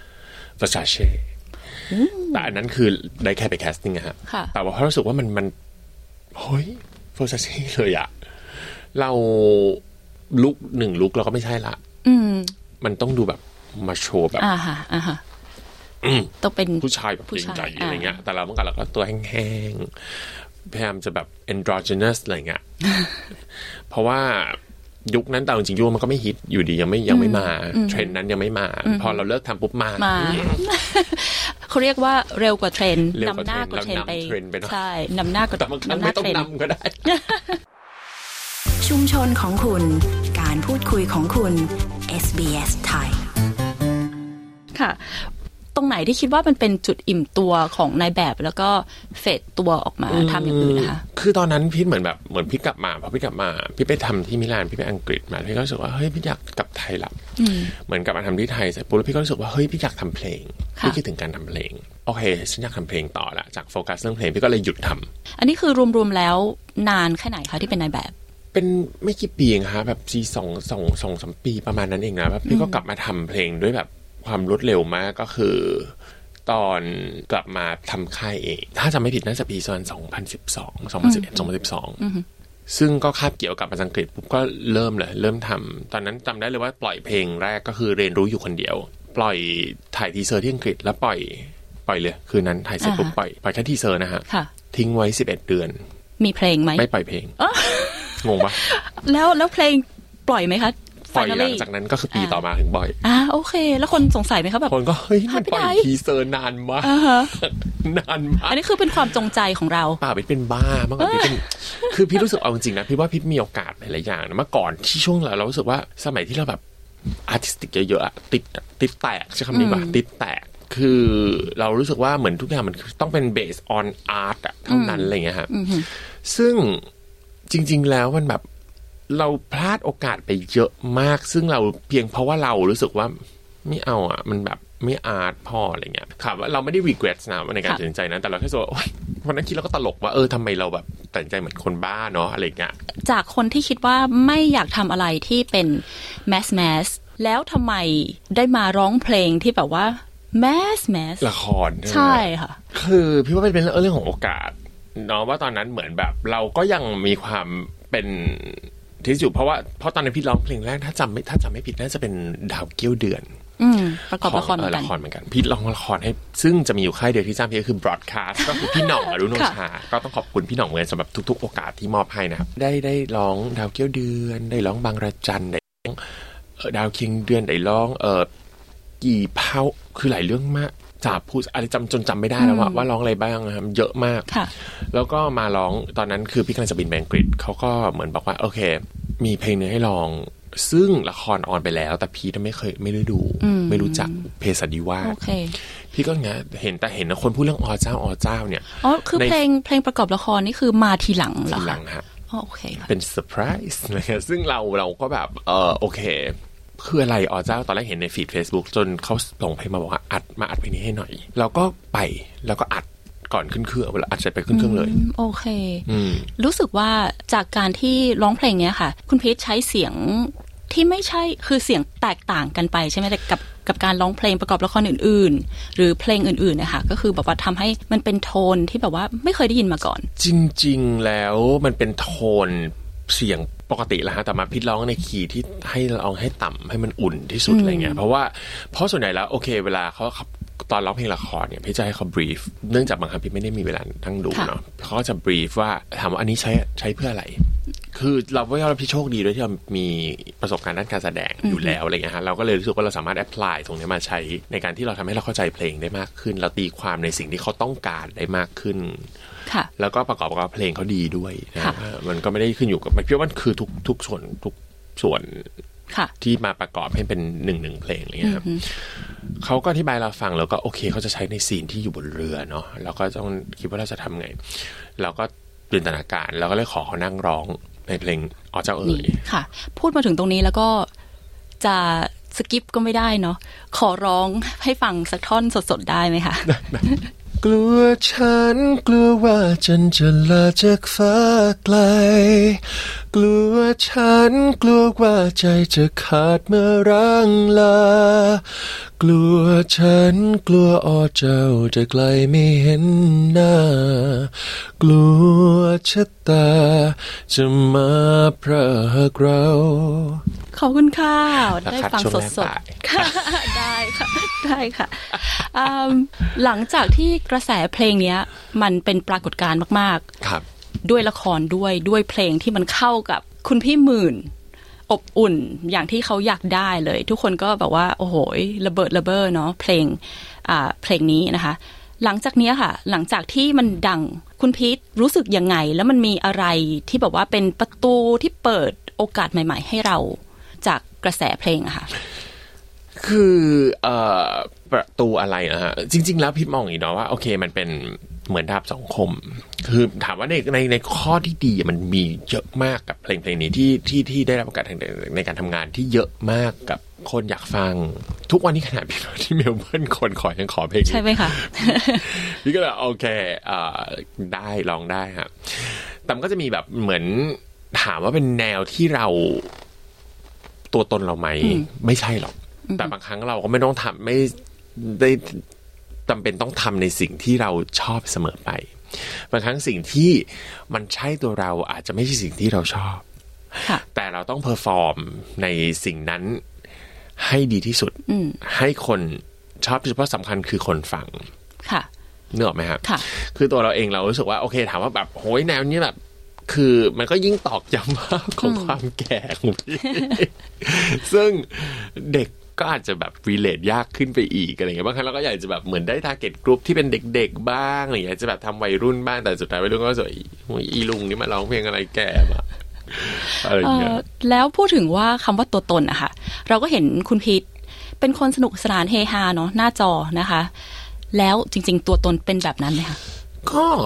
Versace แต่อันนั้นคือได้แค่ไปแคสติ้งอะฮะแต่ว่าเพราะรู้สึกว่ามันมันเฮ้ย Versace เลยอะเราลุกหนึ่งลุกเราก็ไม่ใช่ละมันต้องดูแบบมาโชว์แบบอ่าฮะอ่าฮะต้องเป็นผู้ชายแบบจริงใจอะไรเงี้ยแต่เราเมื่อก่อนเราก็ตัวแห้งๆพยายามจะแบบ androgynous อะไรเงี้ยเพราะว่ายุคนั้นแต่จริงๆยุคมันก็ไม่ฮิตอยู่ดียังไม่ยังไม่มาเทรนด์นั้นยังไม่มาพอเราเลิกทำปุ๊บมาเขาเรียกว่าเร็วกว่าเทรนด์นำหน้ากว่าเทรนด์ไปใช่นำหน้ากว่านำหน้าเทรนด์ก็ได้ชุมชนของคุณการพูดคุยของคุณ เอส บี เอส ไทยค่ะตรงไหนที่คิดว่ามันเป็นจุดอิ่มตัวของนายแบบแล้วก็เฟดตัวออกมาทำอย่างอื่นนะคะคือตอนนั้นพี่เหมือนแบบเหมือนพี่กลับมาพอพี่กลับมาพี่ไปทำที่มิลานพี่ไปอังกฤษมาพี่ก็รู้สึกว่าเฮ้ยพี่อยากกลับไทยละเหมือนกลับมาทำที่ไทยเสร็จปุ๊บแล้วพี่ก็รู้สึกว่าเฮ้ยพี่อยากทำเพลงพี่คิดถึงการทำเพลงโอเคฉันอยากทำเพลงต่อละจากโฟกัสเรื่องเพลงพี่ก็เลยหยุดทำอันนี้คือรวมๆแล้วนานแค่ไหนคะที่เป็นนายแบบเป็นไม่กี่ปีเองครับแบบปีสองสองสองสามปีประมาณนั้นเองนะพี่ก็กลับมาทำเพลงด้วยแบบความรวดเร็วมากก็คือตอนกลับมาทำค่ายเองถ้าจำไม่ผิดน่าจะปีสองพันสิบสอง สองพันสิบเอ็ด สองพันสิบสองซึ่งก็คาบเกี่ยวกับภาษาอังกฤษปุ๊บก็เริ่มเลยเริ่มทำตอนนั้นจำได้เลยว่าปล่อยเพลงแรกก็คือเรียนรู้อยู่คนเดียวปล่อยถ่ายทีเซอร์ที่อังกฤษแล้วปล่อยปล่อยเลยคืนนั้นถ่ายเสร็จปุ๊บปล่อยปล่อยแค่ทีเซอร์นะฮะทิ้งไว้สิบเอ็ดเดือนมีเพลงไหมไม่ปล่อยเพลงงงปะแล้วแล้วเพลงปล่อยไหมคะปล่อยหลังจากนั้นก็คือปีต่อมาถึงบ่อยอ่าโอเคแล้วคนสงสัยไหมครับแบบคนก็เฮ้ยมันปล่อยทีเซอร์นานมากนานมากอันนี้คือเป็นความจงใจของเราป่าพี่เป็นบ้าเมื่อก่อนพี่เป็นคือพี่รู้สึกเอาจริงๆนะพี่ว่าพี่มีโอกาสหลายๆอย่างนะเมื่อก่อนที่ช่วงเราเรารู้สึกว่าสมัยที่เราแบบอาร์ติสติกเยอะๆติดติดแตกใช้คำนี้ว่าติดแตกคือเรารู้สึกว่าเหมือนทุกอย่างมันต้องเป็น based on art อะเท่านั้นอะไรเงี้ยฮะซึ่งจริงๆแล้วมันแบบเราพลาดโอกาสไปเยอะมากซึ่งเราเพียงเพราะว่าเรารู้สึกว่าไม่เอาอ่ะมันแบบไม่อาร์ตพออะไรเงี้ยค่ะว่าเราไม่ได้ regret นะในการตัดสินใจนั้นแต่เราแค่รู้สึกว่าวันนั้นคิดแล้วก็ตลกว่าเออทำไมเราแบบตัดสินใจเหมือนคนบ้าเนาะอะไรเงี้ยจากคนที่คิดว่าไม่อยากทำอะไรที่เป็น mass mass แล้วทำไมได้มาร้องเพลงที่แบบว่า mass mass ละครใช่ค่ะคือพี่ว่าเป็นเรื่องของโอกาสเนาะว่าตอนนั้นเหมือนแบบเราก็ยังมีความเป็นที่อยู่เพราะว่าเพราะตอนนั้นพี่ร้องเพลงแรกถ้าจำไม่ถ้าจำไม่ผิดน่าจะเป็นดาวเกี้ยวเดือนประกอบละครเหมือนกันละครเหมือนกันพี่ร้องละครให้ซึ่งจะมีอยู่ค่ายเดียวที่จ้างพี่ก็คือ broadcast ก็คือพี่หน่องอรุโนชาก็ต้องขอบคุณพี่หน่องเลยสำหรับทุกๆโอกาสที่มอบให้นะครับได้ได้ร้องดาวเกี้ยวเดือนได้ร้องบางระจันได้ร้องดาวเคียงเดือนได้ร้องเออกี่เผาคือหลายเรื่องมากจับพูดอะไรจำจนจำไม่ได้แล้วว่าว่าร้องอะไรบ้างนะครับเยอะมากแล้วก็มาร้องตอนนั้นคือพี่กำลังจะบินไปอังกฤษเขาก็เหมือนบอกว่าโอเคมีเพลงนึงให้ร้องซึ่งละครออนไปแล้วแต่พี่ไม่เคยไม่ได้ดูไม่รู้จักเพศดีว่าพี่ก็เงี้ยเห็นแต่เห็นนะคนพูดเรื่องอเจ้าอเจ้าเนี่ยอ๋อคือเพลงเพลงประกอบละครนี่คือมาทีหลังเหรอทีหลังฮะโอเคเป็นเซอร์ไพรส์นะซึ่งเราเราก็แบบเออโอเคคืออะไรอ๋อเจ้าตอนแรกเห็นในฟีด Facebook จนเขาส่งเพลงมาบอกว่าอัดมาอัดเพลงนี้ให้หน่อยเราก็ไปแล้วก็อัดก่อนขึ้นเครื่องเวลาอัดเสร็จไปขึ้นเครื่องเลยโอเครู้สึกว่าจากการที่ร้องเพลงนี้ค่ะคุณพีชใช้เสียงที่ไม่ใช่คือเสียงแตกต่างกันไปใช่ไหมแต่กับกับการร้องเพลงประกอบละครอื่นๆหรือเพลงอื่นๆนะคะก็คือแบบว่าทำให้มันเป็นโทนที่แบบว่าไม่เคยได้ยินมาก่อนจริงๆแล้วมันเป็นโทนเสียงปกติแหละฮะแต่มาพิดร้องในคีย์ที่ให้ร้องให้ต่ำให้มันอุ่นที่สุดอะไรเงี้ยเพราะว่าเพราะส่วนใหญ่แล้วโอเคเวลาเขาตอนร้องเพลงละครเนี่ยพี่จะให้เขา brief เนื่องจากบางครั้งพี่ไม่ได้มีเวลาทั้งดูเนาะเขาก็จะ brief ว่าถามว่าอันนี้ใช้ใช้เพื่ออะไรคือเราว่าเราพี่โชคดีด้วยที่เรามีประสบการณ์ด้านการแสดงอยู่แล้วอะไรเงี้ยฮะเราก็เลยรู้สึกว่าเราสามารถ apply ตรงนี้มาใช้ในการที่เราทำให้เราเข้าใจเพลงได้มากขึ้นเราตีความในสิ่งที่เขาต้องการได้มากขึ้นแล้วก็ประกอบกับเพลงเขาดีด้วยนะมันก็ไม่ได้ขึ้นอยู่กับพี่ว่ามันคือทุกทุกส่วนทุกส่วนที่มาประกอบให้เป็นหนึ่งหนึ่งเพลงอะไรเงี้ยครับเขาก็อธิบายเราฟังแล้วก็โอเคเขาจะใช้ในซีนที่อยู่บนเรือเนาะเราก็ต้องคิดว่าเราจะทำไงเราก็จินตนาการเราก็เลยขอเขานั่งร้องในเพลงอ๋อเจ้าเอ๋ยค่ะพูดมาถึงตรงนี้แล้วก็จะสกิปก็ไม่ได้เนาะขอร้องให้ฟังสักท่อนสดๆได้ไหมคะกลัวฉันกลัวว่าฉันจะลาจากฟ้าไกลกลัวฉันกลัวว่าใจจะขาดเมื่อร่างลากลัวฉันกลัวอ้อเจ้าจะไกลไม่เห็นหน้ากลัวชะตาจะมาพรากเราขอบคุณค่ะได้ฟังสดๆค่ะได้ค่ะได้ค่ะหลังจากที่กระแสเพลงนี้มันเป็นปรากฏการณ์มากๆด้วยละครด้วยด้วยเพลงที่มันเข้ากับคุณพี่หมื่นอบอุ่นอย่างที่เขาอยากได้เลยทุกคนก็แบบว่าโอ้โหระเบิดระเบ้อเนาะเพลงอ่าเพลงนี้นะคะหลังจากนี้ค่ะหลังจากที่มันดังคุณพีทรู้สึกยังไงแล้วมันมีอะไรที่แบบว่าเป็นประตูที่เปิดโอกาสใหม่ๆให้เราจากกระแสเพลงอะค่ะคือเอ่อประตูอะไรนะฮะจริงๆแล้วพี่มองอย่างนี้เนาะว่าโอเคมันเป็นเหมือนดาบสองคมคือถามว่าในในในข้อที่ดีมันมีเยอะมากกับเพลงเพลงนี้ที่ที่ที่ได้รับโอกาสในการทำงานที่เยอะมากกับคนอยากฟังทุกวันนี้ขนาดพี่ที่เมลเบิร์นคนขอยังขอเพลงใช่ไหมคะพี่ก็เลยโอเคอ่าได้ลองได้ครับแต่มันก็จะมีแบบเหมือนถามว่าเป็นแนวที่เราตัวตนเราไหมไม่ใช่หรอกแต่บางครั้งเราก็ไม่ต้องทำไม่ได้จำเป็นต้องทำในสิ่งที่เราชอบเสมอไปบางครั้งสิ่งที่มันใช่ตัวเราอาจจะไม่ใช่สิ่งที่เราชอบแต่เราต้องเพอร์ฟอร์มในสิ่งนั้นให้ดีที่สุดให้คนชอบเฉพาะสำคัญคือคนฟังนึกออกไหมครับคือตัวเราเองเรารู้สึกว่าโอเคถามว่าแบบโหยแนวนี้แบบคือมันก็ยิ่งตอกย้ำว่าของความแก่ของพี่ซึ่งเด็กก็อาจจะแบบรีเลทยากขึ้นไปอีกอะไรเงี้ยบางครั้งเราก็อยากจะแบบเหมือนได้ทาร์เก็ตกรุ๊ปที่เป็นเด็กๆบ้างอะไรเงี้ยจะแบบทำวัยรุ่นบ้างแต่สุดท้ายวัยรุ่นก็สวยอีลุงนี่มาร้องเพลงอะไรแก่มาอะไรเงี้ยแล้วพูดถึงว่าคำว่าตัวตนอะค่ะเราก็เห็นคุณพีทเป็นคนสนุกสนานเฮฮาเนาะหน้าจอนะคะแล้วจริงๆตัวตนเป็นแบบนั้นไหมคะก็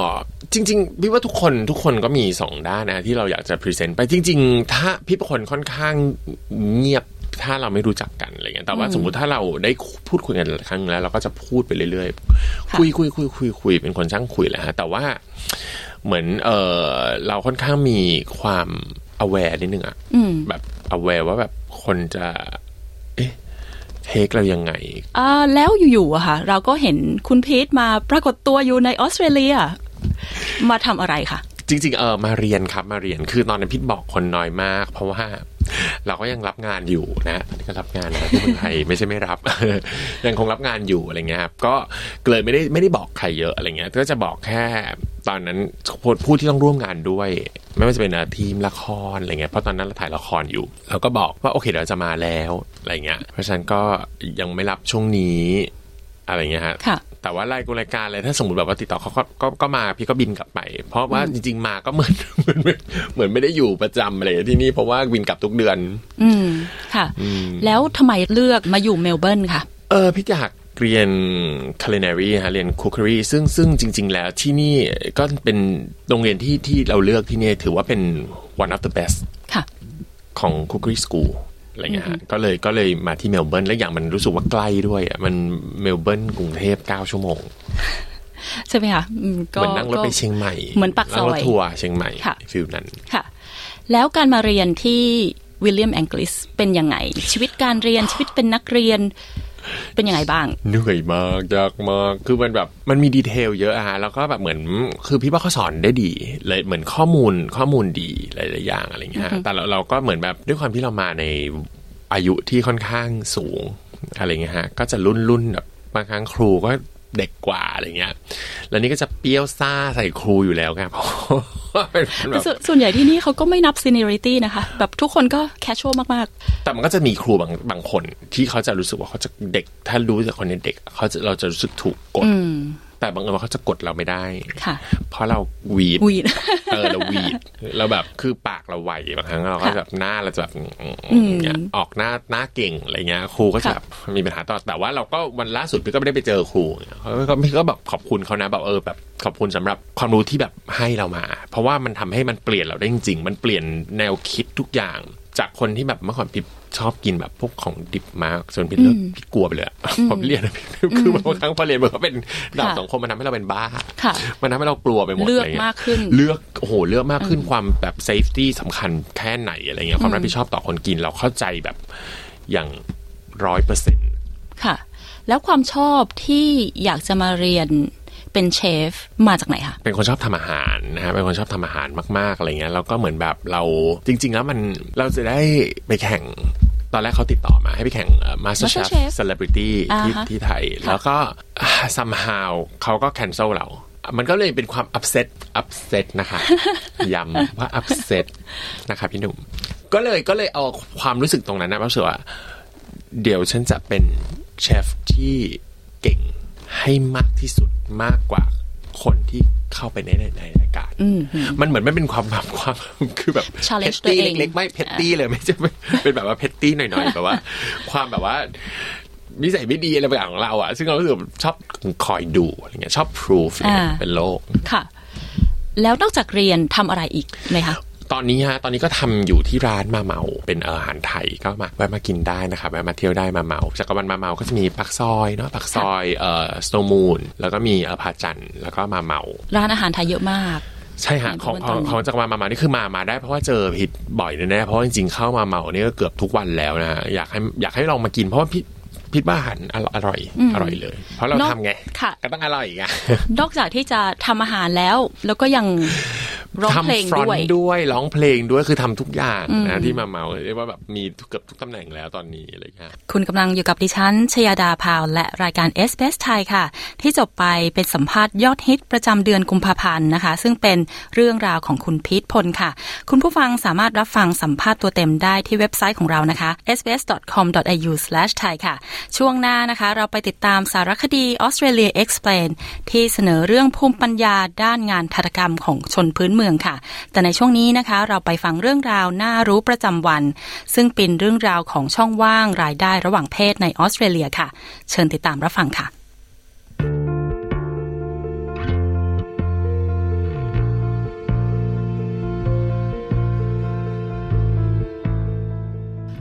จริงๆพี่ว่าทุกคนทุกคนก็มีสองด้านนะที่เราอยากจะพรีเซนต์ไปจริงๆถ้าพี่เป็นคนค่อนข้างเงียบถ้าเราไม่รู้จักกันอะไรเงี้ยแต่ว่าสมมุติถ้าเราได้พูดคุยกันครั้งแล้วเราก็จะพูดไปเรื่อยๆคุยคุยคุยคุยคุยเป็นคนช่างคุยแหละฮะแต่ว่าเหมือนเออเราค่อนข้างมีความ aware นิดนึงอะแบบ aware ว่าแบบคนจะเอ๊ะเทคเรายังไงอ่าแล้วอยู่ๆอะค่ะเราก็เห็นคุณพีทมาปรากฏตัวอยู่ในออสเตรเลียมาทำอะไรคะจริงๆเออมาเรียนครับมาเรียนคือตอนนั้นพีทบอกคนน้อยมากเพราะว่าเราก็ยังรับงานอยู่นะก็รับงานนะที่เมืองไทยไม่ใช่ไม่รับ ยังคงรับงานอยู่อะไรเงี้ยครับก็เลยไม่ได้ไม่ได้บอกใครเยอะอะไรเงี้ยก็จะบอกแค่ตอนนั้นผู้ที่ต้องร่วมงานด้วยไม่ว่าจะเป็นทีมละครอะไรเงี้ยเพราะตอนนั้นเราถ่ายละครอยู่เราก็บอกว่าโอเคเดี๋ยวจะมาแล้วอะไรเงี้ยเพราะฉะนั้นก็ยังไม่รับช่วงนี้อะไรเงี้ยฮะแต่ว่ารายการรายการอะไรถ้าสมมติแบบว่าติดต่อเขาก็ก็ก็มาพี่ก็บินกลับไปเพราะว่าจริงๆมาก็เหมือนเหมือนเหมือนไม่ได้อยู่ประจำอะไรที่นี่เพราะว่าบินกลับทุกเดือนอืมค่ะแล้วทำไมเลือกมาอยู่เมลเบิร์นค่ะเออพี่อยากเรียน culinary ฮะเรียน cookery ซึ่งซึ่งจริงๆแล้วที่นี่ก็เป็นโรงเรียนที่ที่เราเลือกที่นี่ถือว่าเป็น one of the best ค่ะของ cookery schoolอะไรเงี้ยฮะก็เลยก็เลยมาที่เมลเบิร์นและอย่างมันรู้สึกว่าใกล้ด้วยอ่ะมันเมลเบิร์นกรุงเทพเก้าชั่วโมงใช่ไหมคะเหมือนนั่งรถไปเชียงใหม่เหมือนปักซอยนั่งรถทัวร์เชียงใหม่ฟิลนั้นค่ะแล้วการมาเรียนที่วิลเลียมแองกิสเป็นยังไงชีวิตการเรียนชีวิตเป็นนักเรียนเป็นยังไงบ้างเหนื่อยมากยากมากคือมันแบบมันมีดีเทลเยอะอะฮะแล้วก็แบบเหมือนคือพี่ว่าเขาสอนได้ดีเลยเหมือนข้อมูลข้อมูลดีหลายๆอย่างอะไรเงี้ยแต่เราเราก็เหมือนแบบด้วยความที่เรามาในอายุที่ค่อนข้างสูงอะไรเงี้ยฮะก็จะรุ่นรุ่นแบบบางครั้งครูก็เด็กกว่าอะไรเงี้ยแล้วนี่ก็จะเปรี้ยวซ่าใส่ครูอยู่แล้วไงเพราะแต่ส่วนใหญ่ที่นี่เขาก็ไม่นับ seniority นะคะแบบทุกคนก็ casual มากๆแต่มันก็จะมีครูบางบางคนที่เขาจะรู้สึกว่าเขาจะเด็กถ้ารู้จากคนเด็กเขาจะเราจะรู้สึกถูกกดแต่บางเอิญว่าเขาจะกดเราไม่ได้เพราะเราวีดวีดเออเราวีดเราแบบคือปากเราไวบางครั้งเราก็แบบหน้าเราจะแบบเนี่ยออกหน้าหน้าเก่งอะไรเงี้ยครูก็จะแบบมีปัญหาต่อแต่ว่าเราก็วันล่าสุดพี่ก็ไม่ได้ไปเจอครูเขาก็พี่ก็แบบขอบคุณเขานะแบบเออแบบขอบคุณสำหรับความรู้ที่แบบให้เรามาเพราะว่ามันทำให้มันเปลี่ยนเราได้จริงๆมันเปลี่ยนแนวคิดทุกอย่างจากคนที่แบบเมื่อก่อนพี่ชอบกินแบบพวกของดิบมากจนพี่เลิกพี่กลัวไปเลยพอพี่เรียนคือบางครั้งพอเรียนมันก็เป็นดาบสองคมมันทำให้เราเป็นบ้ามันทำให้เรากลัวไปหมดเลือกมากขึ้นเลือกโอ้โหเลือกมากขึ้นความแบบเซฟตี้สำคัญแค่ไหนอะไรเงี้ยความรับผิดชอบต่อคนกินเราเข้าใจแบบอย่างร้อยเปอร์เซ็นต์ค่ะแล้วความชอบที่อยากจะมาเรียนเป็นเชฟมาจากไหนคะเป็นคนชอบทำอาหารนะฮะเป็นคนชอบทำอาหารมากๆอะไรเงี้ยแล้วก็เหมือนแบบเราจริงๆแล้วมันเราจะได้ไปแข่งตอนแรกเขาติดต่อมาให้ไปแข่ง MasterChef Celebrity ที่ที่ไทยแล้วก็ somehow เขาก็ cancel เรามันก็เลยเป็นความ upset upset นะคะย้ำว่า upset นะคะพี่หนุ่มก็เลยก็เลยเอาความรู้สึกตรงนั้นนะรู้สึกว่าเดี๋ยวฉันจะเป็นเชฟที่เก่งให้มากที่สุดมากกว่าคนที่เข้าไปในในรายการมันเหมือนไม่เป็นความแบบความคือแบบเพตตี้เล็กๆไม่เพตตี้เลยไม่ใช่เป็นแบบว่าเพตตี้หน่อยๆแบบว่าความแบบว่านิสัยไม่ดีอะไรบางอย่างของเราอ่ะซึ่งเรารู้สึกชอบคอยดูอะไรเงี้ยชอบพรูฟเป็นโลกค่ะแล้วนอกจากเรียนทำอะไรอีกไหมคะตอนนี้ฮะตอนนี้ก็ทำอยู่ที่ร้านมาเมาเป็นอาหารไทยก็มาแวะมากินได้นะครับแวะมาเที่ยวได้มาเมาจากวันมาเมาก็จะมีปักซอยเนาะปักซอยเอ่อสโนว์มูนแล้วก็มีเอ่อผาจันแล้วก็มาเมาร้านอาหารไทยเยอะมากใช่ฮะของของของจากมามาเมานี่คือมามาได้เพราะว่าเจอผิดบ่อยแน่ๆเพราะจริงๆเข้ามาเมานี่ก็เกือบทุกวันแล้วนะฮะอยากให้อยากให้ลองมากินเพราะว่าพี่พิดว่าอาหารอร่อยอร่อยเลยเพราะเราทำไงก็ต้องอร่อยไงนอกจากที่จะทำอาหารแล้วแล้วก็ยังร้องเพลงด้วยด้วยร้องเพลงด้วยคือทำทุกอย่างนะที่มาเมาเรียกว่าแบบมีเกือบทุกตำแหน่งแล้วตอนนี้อะไรเงี้ยคุณกำลังอยู่กับดิฉันชยดาพาวและรายการ เอส บี เอส ไทยค่ะที่จบไปเป็นสัมภาษณ์ยอดฮิตประจำเดือนกุมภาพันธ์นะคะซึ่งเป็นเรื่องราวของคุณพีทพลค่ะคุณผู้ฟังสามารถรับฟังสัมภาษณ์ตัวเต็มได้ที่เว็บไซต์ของเรานะคะ เอส บี เอส ดอท คอม ดอท เอ ยู สแลช ไทย ค่ะช่วงหน้านะคะเราไปติดตามสารคดี Australia Explain ที่เสนอเรื่องภูมิปัญญาด้านงานหัตถกรรมของชนพื้นเมืองค่ะแต่ในช่วงนี้นะคะเราไปฟังเรื่องราวน่ารู้ประจำวันซึ่งเป็นเรื่องราวของช่องว่างรายได้ระหว่างเพศในออสเตรเลียค่ะเชิญติดตามรับฟังค่ะ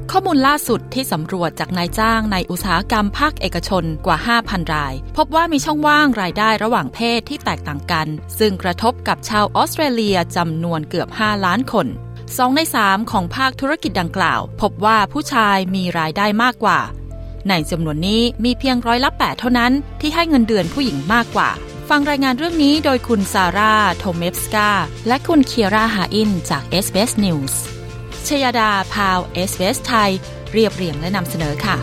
ข้อมูลล่าสุดที่สำรวจจากนายจ้างในอุตสาหกรรมภาคเอกชนกว่า ห้าพัน รายพบว่ามีช่องว่างรายได้ระหว่างเพศที่แตกต่างกันซึ่งกระทบกับชาวออสเตรเลียจำนวนเกือบห้าล้านคนสองในสามของภาคธุรกิจดังกล่าวพบว่าผู้ชายมีรายได้มากกว่าในจำนวนนี้มีเพียงร้อยละแปดเท่านั้นที่ให้เงินเดือนผู้หญิงมากกว่าฟังรายงานเรื่องนี้โดยคุณซาร่าโทเมฟสกาและคุณเคียร่าฮาอินจาก เอส บี เอส News ชยดาพาว เอส บี เอส ไทยเรียบเรียงและนำเสนอค่ะ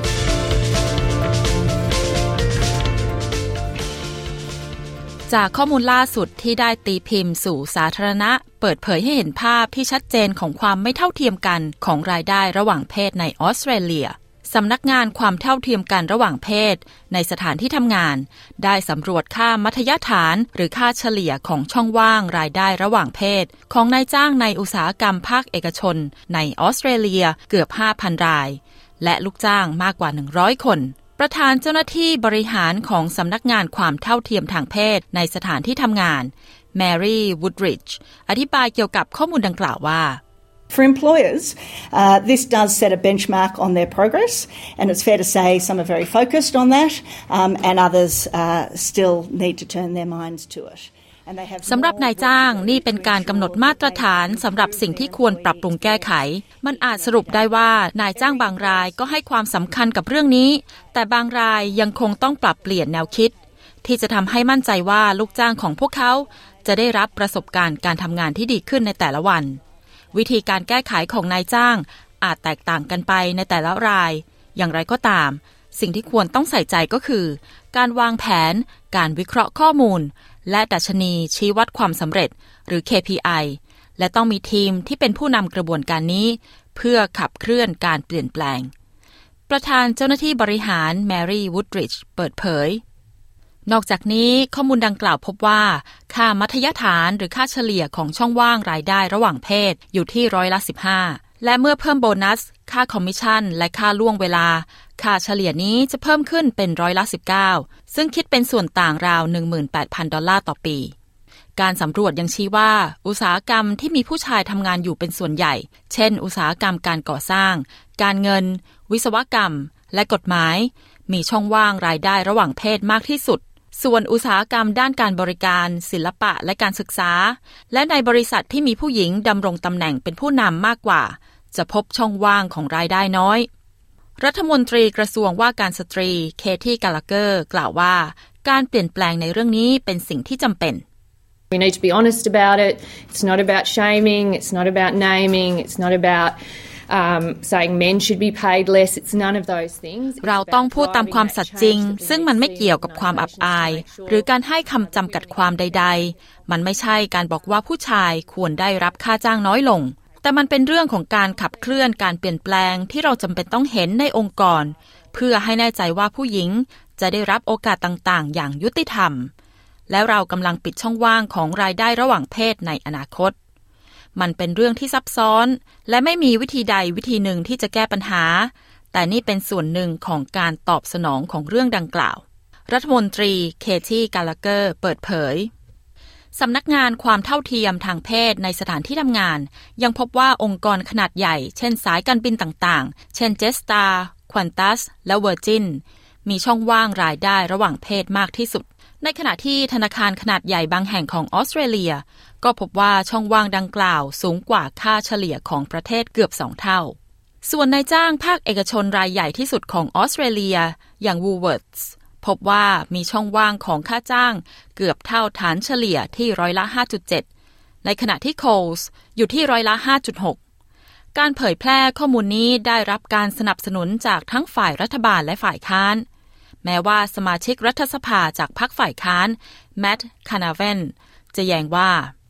จากข้อมูลล่าสุดที่ได้ตีพิมพ์สู่สาธารณะเปิดเผยให้เห็นภาพที่ชัดเจนของความไม่เท่าเทียมกันของรายได้ระหว่างเพศในออสเตรเลียสำนักงานความเท่าเทียมกันระหว่างเพศในสถานที่ทำงานได้สำรวจค่ามัธยฐานหรือค่าเฉลี่ยของช่องว่างรายได้ระหว่างเพศของนายจ้างในอุตสาหกรรมภาคเอกชนในออสเตรเลียเกือบ ห้าพัน รายและลูกจ้างมากกว่าหนึ่งร้อยคนประธานเจ้าหน้าที่บริหารของสำนักงานความเท่าเทียมทางเพศในสถานที่ทำงานแมรี่วูดริดจ์อธิบายเกี่ยวกับข้อมูลดังกล่าวว่า For employers, uh, this does set a benchmark on their progress, and it's fair to say some are very focused on that, um, and others uh, still need to turn their minds to it. สำหรับนายจ้างนี่เป็นการกำหนดมาตรฐานสำหรับสิ่งที่ควรปรับปรุงแก้ไขมันอาจสรุปได้ว่านายจ้างบางรายก็ให้ความสำคัญกับเรื่องนี้แต่บางรายยังคงต้องปรับเปลี่ยนแนวคิดที่จะทำให้มั่นใจว่าลูกจ้างของพวกเขาจะได้รับประสบการณ์การทำงานที่ดีขึ้นในแต่ละวันวิธีการแก้ไขของนายจ้างอาจแตกต่างกันไปในแต่ละรายอย่างไรก็ตามสิ่งที่ควรต้องใส่ใจก็คือการวางแผนการวิเคราะห์ข้อมูลและดัชนีชี้วัดความสำเร็จหรือ เค พี ไอ และต้องมีทีมที่เป็นผู้นำกระบวนการนี้เพื่อขับเคลื่อนการเปลี่ยนแปลงประธานเจ้าหน้าที่บริหารแมรี่วูดริดจ์เปิดเผยนอกจากนี้ข้อมูลดังกล่าวพบว่าค่ามัธยฐานหรือค่าเฉลี่ยของช่องว่างรายได้ระหว่างเพศอยู่ที่ร้อยละสิบห้าและเมื่อเพิ่มโบนัสค่าคอมมิชชั่นและค่าล่วงเวลาค่าเฉลี่ยนี้จะเพิ่มขึ้นเป็นร้อยละสิบเก้าซึ่งคิดเป็นส่วนต่างราว หนึ่งหมื่นแปดพัน ดอลลาร์ต่อปีการสำรวจยังชี้ว่าอุตสาหกรรมที่มีผู้ชายทำงานอยู่เป็นส่วนใหญ่เช่นอุตสาหกรรมการก่อสร้างการเงินวิศวกรรมและกฎหมายมีช่องว่างรายได้ระหว่างเพศมากที่สุดส่วนอุตสาหกรรมด้านการบริการศิลปะและการศึกษาและในบริษัทที่มีผู้หญิงดำรงตำแหน่งเป็นผู้นำมากกว่าจะพบช่องว่างของรายได้น้อยรัฐมนตรีกระทรวงว่าการสตรีเคที่กาลาเกอร์กล่าวว่าการเปลี่ยนแปลงในเรื่องนี้เป็นสิ่งที่จำเป็น We need to be honest about it. It's not about shaming. It's not about naming. It's not about Um, saying men should be paid less. It's none of those things. เราต้องพูดตามความสัตย์จริงซึ่งมันไม่เกี่ยวกับความอับอายหรือการให้คำจำกัดความใดๆมันไม่ใช่การบอกว่าผู้ชายควรได้รับค่าจ้างน้อยลงแต่มันเป็นเรื่องของการขับเคลื่อนการเปลี่ยนแปลงที่เราจำเป็นต้องเห็นในองค์กรเพื่อให้แน่ใจว่าผู้หญิงจะได้รับโอกาสต่างๆอย่างยุติธรรมและเรากำลังปิดช่องว่างของรายได้ระหว่างเพศในอนาคตมันเป็นเรื่องที่ซับซ้อนและไม่มีวิธีใดวิธีหนึ่งที่จะแก้ปัญหาแต่นี่เป็นส่วนหนึ่งของการตอบสนองของเรื่องดังกล่าวรัฐมนตรีเคที่กาลาเกอร์เปิดเผยสำนักงานความเท่าเทียมทางเพศในสถานที่ทำงานยังพบว่าองค์กรขนาดใหญ่เช่นสายการบินต่างๆเช่นเจสตาร์ควอนตัสและเวอร์จินมีช่องว่างรายได้ระหว่างเพศมากที่สุดในขณะที่ธนาคารขนาดใหญ่บางแห่งของออสเตรเลียก็พบว่าช่องว่างดังกล่าวสูงกว่าค่าเฉลี่ยของประเทศเกือบสองเท่าส่วนนายจ้างภาคเอกชนรายใหญ่ที่สุดของออสเตรเลียอย่าง Woolworths พบว่ามีช่องว่างของค่าจ้างเกือบเท่าฐานเฉลี่ยที่ร้อยละ ห้าจุดเจ็ด ในขณะที่ Coles อยู่ที่ร้อยละ ห้าจุดหก การเผยแพร่ข้อมูลนี้ได้รับการสนับสนุนจากทั้งฝ่ายรัฐบาลและฝ่ายค้านแม้ว่าสมาชิกรัฐสภาจากพรรคฝ่ายค้านแมตต์ คานาเวนจะแย้งว่า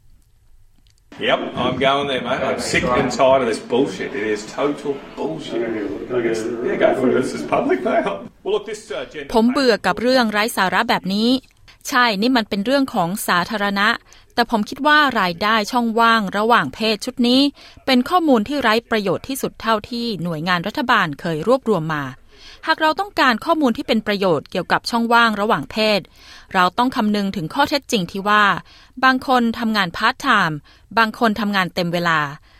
Yep, I'm going there, mate. I'm sick and tired of this bullshit. It is total bullshit. Yeah, go for it. This is public, mate. Well, look, this agenda. ผมเบื่อกับเรื่องไร้สาระแบบนี้ใช่นี่มันเป็นเรื่องของสาธารณะแต่ผมคิดว่ารายได้ช่องว่างระหว่างเพศชุดนี้เป็นข้อมูลที่ไร้ประโยชน์ที่สุดเท่าที่หน่วยงานรัฐบาลเคยรวบรวมมาหากเราต้องการข้อมูลที่เป็นประโยชน์เกี่ยวกับช่องว่างระหว่างเพศเราต้องคำนึงถึงข้อเท็จจริงที่ว่าบางคนทำงานพาร์ทไทม์บางคนทำงานเต็มเวลา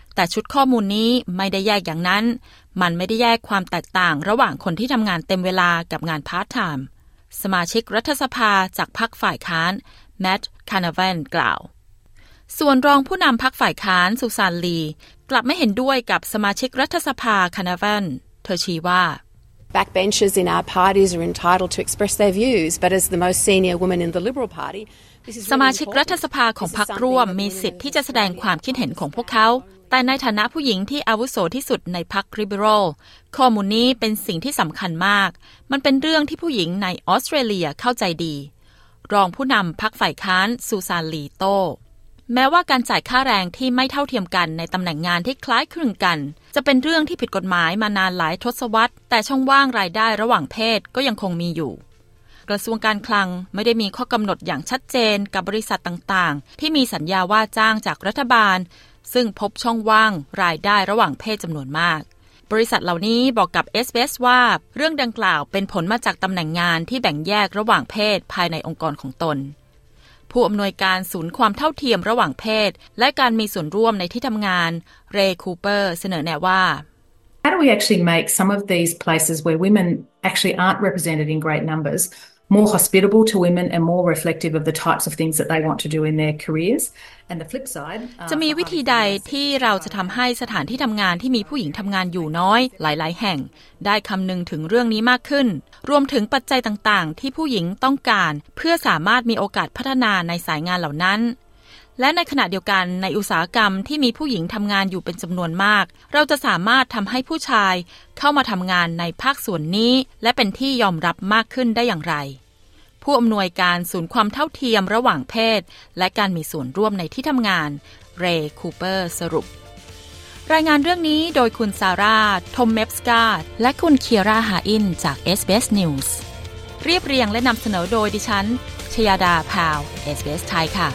แต่ชุดข้อมูลนี้ไม่ได้แยกอย่างนั้นมันไม่ได้แยกความแตกต่างระหว่างคนที่ทำงานเต็มเวลากับงานพาร์ทไทม์สมาชิกรัฐสภาจากพรรคฝ่ายค้านแมตต์ คานาแวนกล่าวส่วนรองผู้นำพรรคฝ่ายค้านซูซานลีกลับไม่เห็นด้วยกับสมาชิกรัฐสภาคานาแวนเธอชี้ว่า Backbenchers in our parties are entitled to express their views, but as the most senior woman in the Liberal Party, สมาชิกรัฐสภาของพรรคร่วมมีสิทธิ์ที่จะแสดงความคิดเห็นของพวกเขาแต่ในฐานะผู้หญิงที่อาวุโสที่สุดในพรรค Liberal ข้อมูลนี้เป็นสิ่งที่สำคัญมากมันเป็นเรื่องที่ผู้หญิงในออสเตรเลียเข้าใจดีรองผู้นำพรรคฝ่ายค้านซูซานลีโตแม้ว่าการจ่ายค่าแรงที่ไม่เท่าเทียมกันในตำแหน่งงานที่คล้ายคลึงกันจะเป็นเรื่องที่ผิดกฎหมายมานานหลายทศวรรษแต่ช่องว่างรายได้ระหว่างเพศก็ยังคงมีอยู่กระทรวงการคลังไม่ได้มีข้อกำหนดอย่างชัดเจนกับบริษัทต่างๆที่มีสัญญาว่าจ้างจากรัฐบาลซึ่งพบช่องว่างรายได้ระหว่างเพศจำนวนมากบริษัทเหล่านี้บอกกับ เอส บี เอส ว่าเรื่องดังกล่าวเป็นผลมาจากตำแหน่งงานที่แบ่งแยกระหว่างเพศภายในองค์กรของตนผู้อำนวยการศูนย์ความเท่าเทียมระหว่างเพศและการมีส่วนร่วมในที่ทำงานเรย์คูเปอร์เสนอแนะว่า How do we actually make some of these places where women actually aren't represented in great numbers more hospitable to women and more reflective of the types of things that they want to do in their careers and the flip side จะมีวิธีใดที่เราจะทำให้สถานที่ทำงานที่มีผู้หญิงทำงานอยู่น้อยหลายๆแห่งได้คำนึงถึงเรื่องนี้มากขึ้นรวมถึงปัจจัยต่างๆที่ผู้หญิงต้องการเพื่อสามารถมีโอกาสพัฒนาในสายงานเหล่านั้นและในขณะเดียวกันในอุตสาหกรรมที่มีผู้หญิงทำงานอยู่เป็นจำนวนมากเราจะสามารถทำให้ผู้ชายเข้ามาทำงานในภาคส่วนนี้และเป็นที่ยอมรับมากขึ้นได้อย่างไรผู้อำนวยการศูนย์ความเท่าเทียมระหว่างเพศและการมีส่วนร่วมในที่ทำงานเรย์คูเปอร์สรุปรายงานเรื่องนี้โดยคุณซาร่าทอมเมฟสกาและคุณเคียร่าฮาอินจาก เอส บี เอส News เรียบเรียงและนำเสนอโดยดิฉันชยดาพาว เอส บี เอส ไทยค่ะ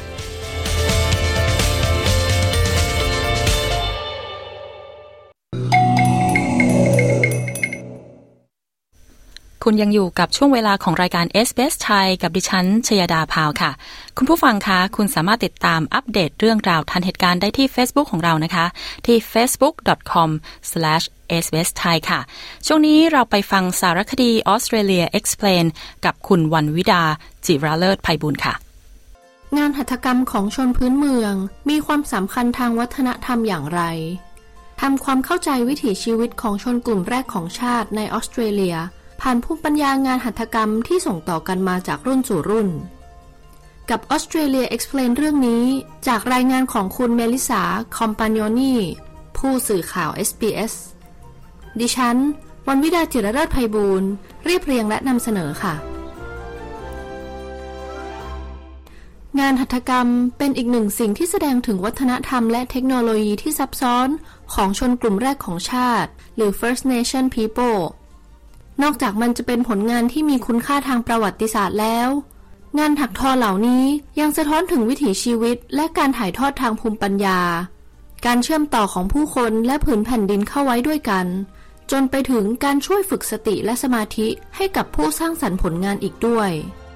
คุณยังอยู่กับช่วงเวลาของรายการ เอส บี เอส ไทยกับดิฉันชยดาพาวค่ะคุณผู้ฟังคะคุณสามารถติดตามอัปเดตเรื่องราวทันเหตุการณ์ได้ที่ Facebook ของเรานะคะที่ เฟซบุ๊ก ดอท คอม สแลช เอส บี เอส ไทย ค่ะช่วงนี้เราไปฟังสารคดี Australia Explain กับคุณวันวิดาจิราเลิศไพบูลย์ค่ะงานหัตถกรรมของชนพื้นเมืองมีความสำคัญทางวัฒนธรรมอย่างไรทำความเข้าใจวิถีชีวิตของชนกลุ่มแรกของชาติในออสเตรเลียผ่านภูมิปัญญางานหัตถกรรมที่ส่งต่อกันมาจากรุ่นสู่รุ่นกับ Australia Explain เรื่องนี้จากรายงานของคุณเมลิสาคอมปาญโญนีผู้สื่อข่าว เอส บี เอส ดิฉันวันวิดาจิรเลิศไพบูลย์เรียบเรียงและนำเสนอค่ะงานหัตถกรรมเป็นอีกหนึ่งสิ่งที่แสดงถึงวัฒนธรรมและเทคโนโลยีที่ซับซ้อนของชนกลุ่มแรกของชาติหรือ First Nation Peopleนอกจากมันจะเป็นผลงานที่มีคุณค่าทางประวัติศาสตร์แล้วงานถักทอเหล่านี้ยังสะท้อนถึงวิถีชีวิตและการถ่ายทอดทางภูมิปัญญาการเชื่อมต่อของผู้คนและผืนแผ่นดินเข้าไว้ด้วยกันจนไปถึงการช่วยฝึกสติและสมาธิให้กับผู้สร้างสรรค์ผลงานอีกด้วย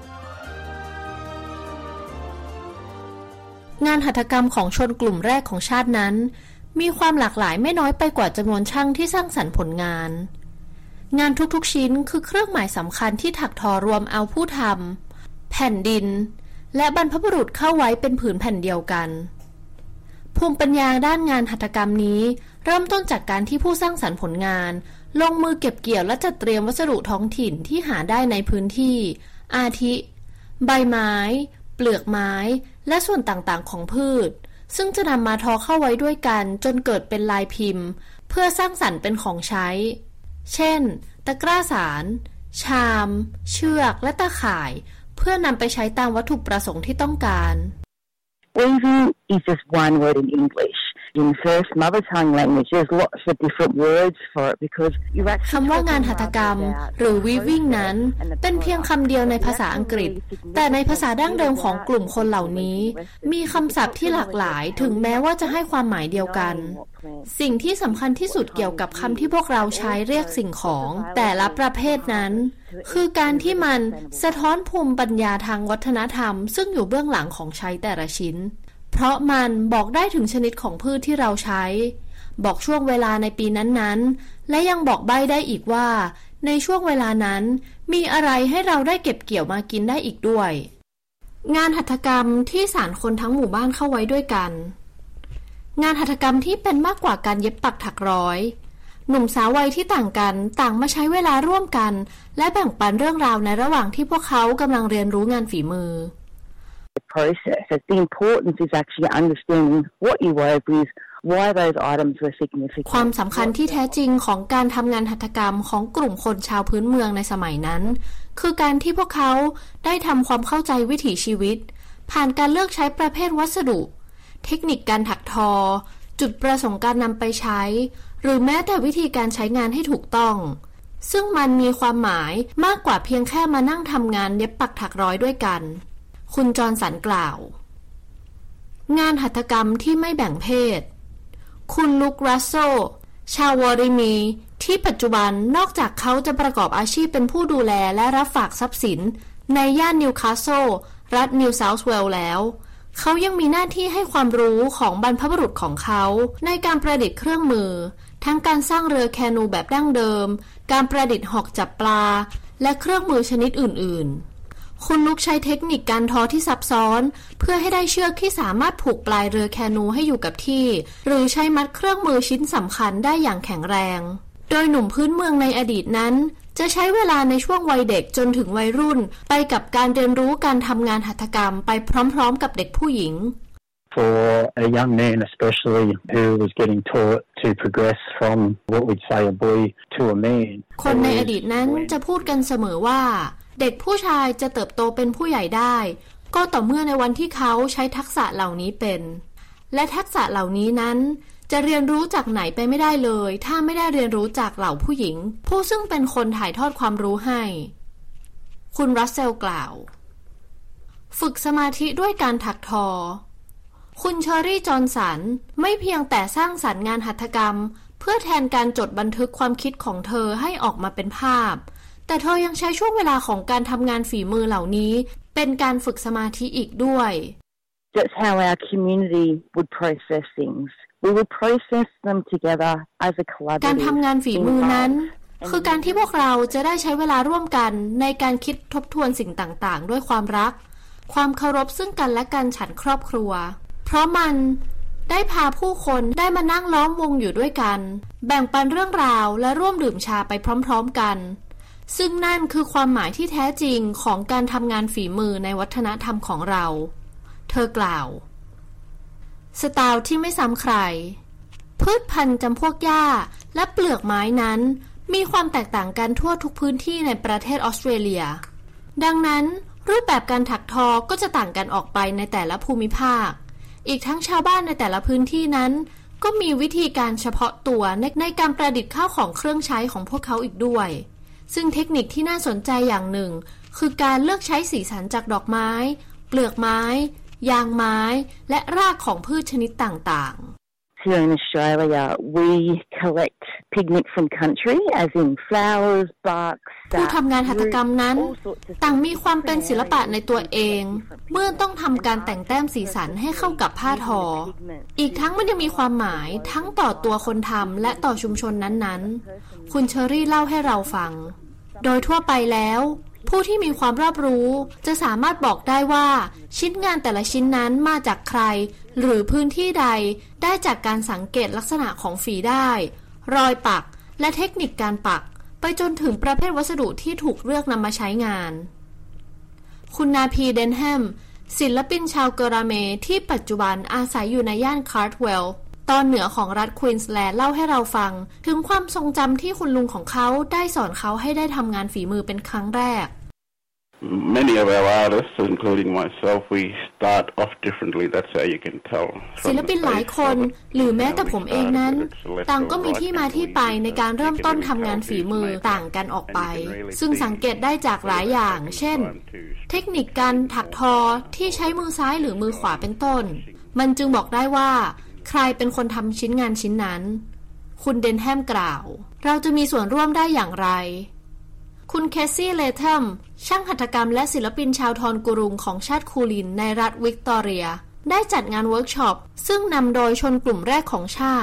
งานหัตถกรรมของชนกลุ่มแรกของชาตินั้นมีความหลากหลายไม่น้อยไปกว่าจำนวนช่างที่สร้างสรรค์ผลงานงานทุกๆชิ้นคือเครื่องหมายสำคัญที่ถักทอรวมเอาผู้ทำแผ่นดินและบรรพบุรุษเข้าไว้เป็นผืนแผ่นเดียวกันภูมิปัญญาด้านงานหัตถกรรมนี้เริ่มต้นจากการที่ผู้สร้างสรรค์ผลงานลงมือเก็บเกี่ยวและจัดเตรียมวัสดุท้องถิ่นที่หาได้ในพื้นที่อาทิใบไม้เปลือกไม้และส่วนต่างๆของพืชซึ่งจะนำมาทอเข้าไว้ด้วยกันจนเกิดเป็นลายพิมพ์เพื่อสร้างสรรค์เป็นของใช้เช่นตะกร้าสารชามเชือกและตะข่ายเพื่อนำไปใช้ตามวัตถุประสงค์ที่ต้องการ Weaving is just one word in English. In first mother tongue language, there's lots of different words for it because you actually คำว่างานหัตถกรรมหรือ weaving นั้นเป็นเพียงคำเดียวในภาษาอังกฤษแต่ในภาษาดั้งเดิมของกลุ่มคนเหล่านี้มีคำศัพท์ที่หลากหลายถึงแม้ว่าจะให้ความหมายเดียวกันสิ่งที่สำคัญที่สุดเกี่ยวกับคำที่พวกเราใช้เรียกสิ่งของแต่ละประเภทนั้นคือการที่มันสะท้อนภูมิปัญญาทางวัฒนธรรมซึ่งอยู่เบื้องหลังของใช้แต่ละชิ้นเพราะมันบอกได้ถึงชนิดของพืชที่เราใช้บอกช่วงเวลาในปีนั้นๆและยังบอกใบ้ได้อีกว่าในช่วงเวลานั้นมีอะไรให้เราได้เก็บเกี่ยวมากินได้อีกด้วยงานหัตถกรรมที่สานคนทั้งหมู่บ้านเข้าไว้ด้วยกันงานหัตถกรรมที่เป็นมากกว่าการเย็บปักถักร้อยหนุ่มสาววัยที่ต่างกันต่างมาใช้เวลาร่วมกันและแบ่งปันเรื่องราวในระหว่างที่พวกเขากำลังเรียนรู้งานฝีมือ The process. The importance is actually understanding what you work with, why those items were significant. ความสำคัญที่แท้จริงของการทำงานหัตถกรรมของกลุ่มคนชาวพื้นเมืองในสมัยนั้นคือการที่พวกเขาได้ทำความเข้าใจวิถีชีวิตผ่านการเลือกใช้ประเภทวัสดุเทคนิคการถักทอจุดประสงค์การนำไปใช้หรือแม้แต่วิธีการใช้งานให้ถูกต้องซึ่งมันมีความหมายมากกว่าเพียงแค่มานั่งทำงานเย็บปักถักร้อยด้วยกันคุณจอห์นสันกล่าวงานหัตถกรรมที่ไม่แบ่งเพศคุณลุครัสโซชาววอริมีที่ปัจจุบันนอกจากเขาจะประกอบอาชีพเป็นผู้ดูแลและรับฝากทรัพย์สินในย่านนิวคาสเซิลรัฐนิวเซาท์เวลส์แล้วเขายังมีหน้าที่ให้ความรู้ของบรรพบุรุษของเขาในการประดิษฐ์เครื่องมือทั้งการสร้างเรือแคนูแบบดั้งเดิมการประดิษฐ์หอกจับปลาและเครื่องมือชนิดอื่นๆคุณลุกใช้เทคนิคการทอที่ซับซ้อนเพื่อให้ได้เชือกที่สามารถผูกปลายเรือแคนูให้อยู่กับที่หรือใช้มัดเครื่องมือชิ้นสำคัญได้อย่างแข็งแรงโดยหนุ่มพื้นเมืองในอดีตนั้นจะใช้เวลาในช่วงวัยเด็กจนถึงวัยรุ่นไปกับการเรียนรู้การทำงานหัตถกรรมไปพร้อมๆกับเด็กผู้หญิง For a young man especially who was getting taught to progress from what we'd say a boy to a man คนในอดีตนั้นจะพูดกันเสมอว่าเด็กผู้ชายจะเติบโตเป็นผู้ใหญ่ได้ก็ต่อเมื่อในวันที่เขาใช้ทักษะเหล่านี้เป็นและทักษะเหล่านี้นั้นจะเรียนรู้จากไหนไปไม่ได้เลยถ้าไม่ได้เรียนรู้จากเหล่าผู้หญิงผู้ซึ่งเป็นคนถ่ายทอดความรู้ให้คุณรัสเซลกล่าวฝึกสมาธิด้วยการถักทอคุณเชอรี่จอห์นสันไม่เพียงแต่สร้างสรรค์งานหัตถกรรมเพื่อแทนการจดบันทึกความคิดของเธอให้ออกมาเป็นภาพแต่เธอยังใช้ช่วงเวลาของการทำงานฝีมือเหล่านี้เป็นการฝึกสมาธิอีกด้วย That's how our community would process things.We will process them together as a collaborative. การทำงานฝีมือนั้นคือการที่พวกเราจะได้ใช้เวลาร่วมกันในการคิดทบทวนสิ่งต่างๆด้วยความรักความเคารพซึ่งกันและกันฉันครอบครัวเพราะมันได้พาผู้คนได้มานั่งล้อมวงอยู่ด้วยกันแบ่งปันเรื่องราวและร่วมดื่มชาไปพร้อมๆกันซึ่งนั่นคือความหมายที่แท้จริงของการทำงานฝีมือในวัฒนธรรมของเราเธอกล่าวสไตล์ที่ไม่ซ้ำใครพืชพันธุ์จำพวกหญ้าและเปลือกไม้นั้นมีความแตกต่างกันทั่วทุกพื้นที่ในประเทศออสเตรเลียดังนั้นรูปแบบการถักทอก็จะต่างกันออกไปในแต่ละภูมิภาคอีกทั้งชาวบ้านในแต่ละพื้นที่นั้นก็มีวิธีการเฉพาะตัวในในการประดิษฐ์ข้าวของเครื่องใช้ของพวกเขาอีกด้วยซึ่งเทคนิคที่น่าสนใจอย่างหนึ่งคือการเลือกใช้สีสันจากดอกไม้เปลือกไม้ยางไม้และรากของพืชชนิดต่างๆ Here in Australia, we collect pigment from country, as in flowers, barks, ผู้ทำงานหัตถกรรมนั้นต่างมีความเป็นศิลปะในตัวเองเมื่อต้องทำการแต่งแต้มสีสันให้เข้ากับผ้าทออีกทั้งมันยังมีความหมายทั้งต่อตัวคนทำและต่อชุมชนนั้นๆคุณเชอรี่เล่าให้เราฟังโดยทั่วไปแล้วผู้ที่มีความรอบรู้จะสามารถบอกได้ว่าชิ้นงานแต่ละชิ้นนั้นมาจากใครหรือพื้นที่ใดได้จากการสังเกตลักษณะของฝีได้รอยปักและเทคนิคการปักไปจนถึงประเภทวัสดุที่ถูกเลือกนำมาใช้งานคุณนาพีเดนแฮมศิลปินชาวเกราเมที่ปัจจุบันอาศัยอยู่ในย่านคาร์ทเวลล์ตอนเหนือของรัฐควีนสแลนด์เล่าให้เราฟังถึงความทรงจำที่คุณลุงของเขาได้สอนเขาให้ได้ทำงานฝีมือเป็นครั้งแรก Many of our artists, including myself, we start off differently. That's how you can tell. ศิลปินหลายคนหรือแม้แต่ผมเองนั้นต่างก็มีที่มาที่ไปในการเริ่มต้นทำงานฝีมือต่างกันออกไปซึ่งสังเกตได้จากหลายอย่างเช่นเทคนิคการถักทอที่ใช้มือซ้ายหรือมือขวาเป็นต้นมันจึงบอกได้ว่าใครเป็นคนทำชิ้นงานชิ้นนั้นคุณเดนแฮมกล่าวเราจะมีส่วนร่วมได้อย่างไรคุณเคสซี่เลเทมช่างหัตถกรรมและศิลปินชาวทอนกูรุงของชาติคูลินในรัฐวิกตอเรียได้จัดงานเวิร์กช็อปซึ่งนำโดยชนกลุ่มแรกของชาติ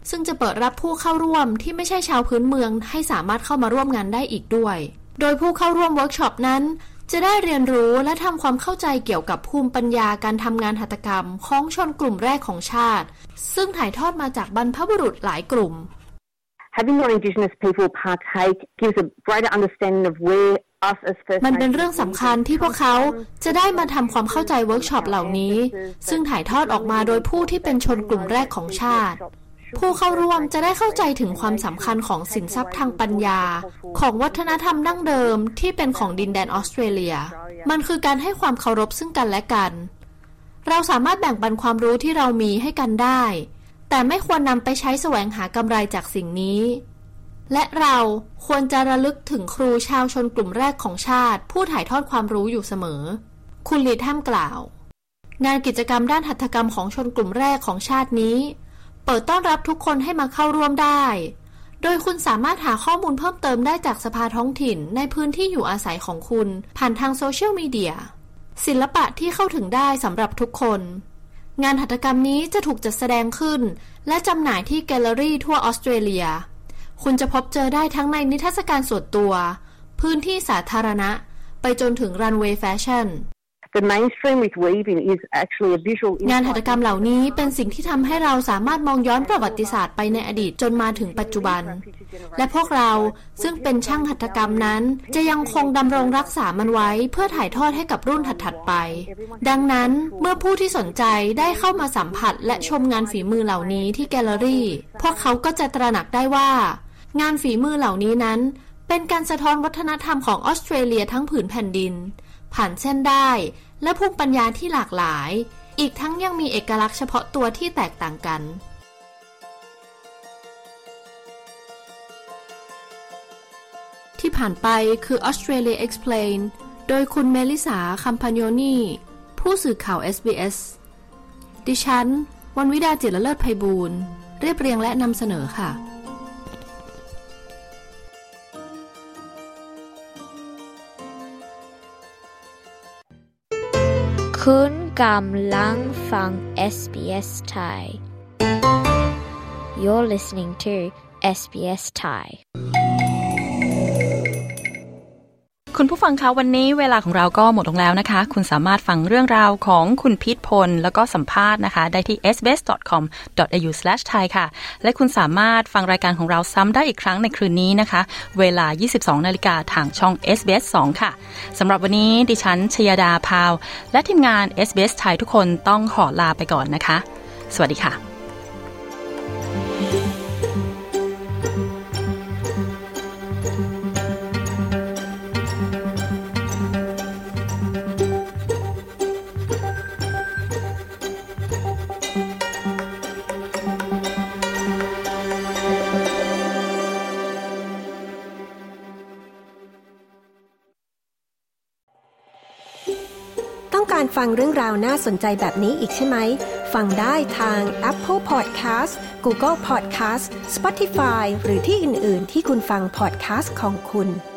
ซึ่งจะเปิดรับผู้เข้าร่วมที่ไม่ใช่ชาวพื้นเมืองให้สามารถเข้ามาร่วมงานได้อีกด้วยโดยผู้เข้าร่วมเวิร์กช็อปนั้นจะได้เรียนรู้และทำความเข้าใจเกี่ยวกับภูมิปัญญาการทำงานหัตถกรรมของชนกลุ่มแรกของชาติซึ่งถ่ายทอดมาจากบรรพบุรุษหลายกลุ่ม Having non-Indigenous people partake gives a greater understanding of where us as First มันเป็นเรื่องสำคัญที่พวกเขาจะได้มาทำความเข้าใจเวิร์กช็อปเหล่านี้ซึ่งถ่ายทอดออกมาโดยผู้ที่เป็นชนกลุ่มแรกของชาติผู้เข้าร่วมจะได้เข้าใจถึงความสำคัญของสินทรัพย์ทางปัญญาของวัฒนธรรมดั้งเดิมที่เป็นของดินแดนออสเตรเลียมันคือการให้ความเคารพซึ่งกันและกันเราสามารถแบ่งปันความรู้ที่เรามีให้กันได้แต่ไม่ควรนำไปใช้แสวงหากำไรจากสิ่งนี้และเราควรจะระลึกถึงครูชาวชนกลุ่มแรกของชาติผู้ถ่ายทอดความรู้อยู่เสมอคุณลีแทมกล่าวงานกิจกรรมด้านหัตถกรรมของชนกลุ่มแรกของชาตินี้เปิดต้อนรับทุกคนให้มาเข้าร่วมได้โดยคุณสามารถหาข้อมูลเพิ่มเติมได้จากสภาท้องถิ่นในพื้นที่อยู่อาศัยของคุณผ่านทางโซเชียลมีเดียศิลปะที่เข้าถึงได้สำหรับทุกคนงานหัตถกรรมนี้จะถูกจัดแสดงขึ้นและจำหน่ายที่แกลเลอรี่ทั่วออสเตรเลียคุณจะพบเจอได้ทั้งในนิทรรศการส่วนตัวพื้นที่สาธารณะไปจนถึงรันเวย์แฟชั่น The mainstream with weaving is actually a visual งานหัตถกรรมเหล่านี้เป็นสิ่งที่ทำให้เราสามารถมองย้อนประวัติศาสตร์ไปในอดีตจนมาถึงปัจจุบันและพวกเราซึ่งเป็นช่างหัตถกรรมนั้นจะยังคงดำรงรักษามันไว้เพื่อถ่ายทอดให้กับรุ่นถัดๆไปดังนั้นเมื่อผู้ที่สนใจได้เข้ามาสัมผัสและชมงานฝีมือเหล่านี้ที่แกลเลอรี่พวกเขาก็จะตระหนักได้ว่างานฝีมือเหล่านี้นั้นเป็นการสะท้อนวัฒนธรรมของออสเตรเลียทั้งผืนแผ่นดินผ่านเส้นได้และภูมิปัญญาที่หลากหลายอีกทั้งยังมีเอกลักษณ์เฉพาะตัวที่แตกต่างกันที่ผ่านไปคือ Australia Explain โดยคุณเมลิสาคัมพาโยนีผู้สื่อข่าว เอส บี เอส ดิฉันวรรณวิดาจิรเลิศไพบูลย์เรียบเรียงและนำเสนอค่ะคุณกำลังฟัง เอส บี เอส Thai You're listening to เอส บี เอส Thai คุณผู้ฟังคะวันนี้เวลาของเราก็หมดลงแล้วนะคะคุณสามารถฟังเรื่องราวของคุณพีทพลแล้วก็สัมภาษณ์นะคะได้ที่ เอส บี เอส ดอท คอม ดอท เอ ยู สแลช ไทย ค่ะและคุณสามารถฟังรายการของเราซ้ำได้อีกครั้งในคืนนี้นะคะเวลา ยี่สิบสองนาฬิกาทางช่อง เอส บี เอส สอง ค่ะสำหรับวันนี้ดิฉันชยดาพาวและทีมงาน เอส บี เอส ไทยทุกคนต้องขอลาไปก่อนนะคะสวัสดีค่ะการฟังเรื่องราวน่าสนใจแบบนี้อีกใช่ไหมฟังได้ทาง Apple Podcast Google Podcast Spotify หรือที่อื่นๆที่คุณฟัง podcast ของคุณ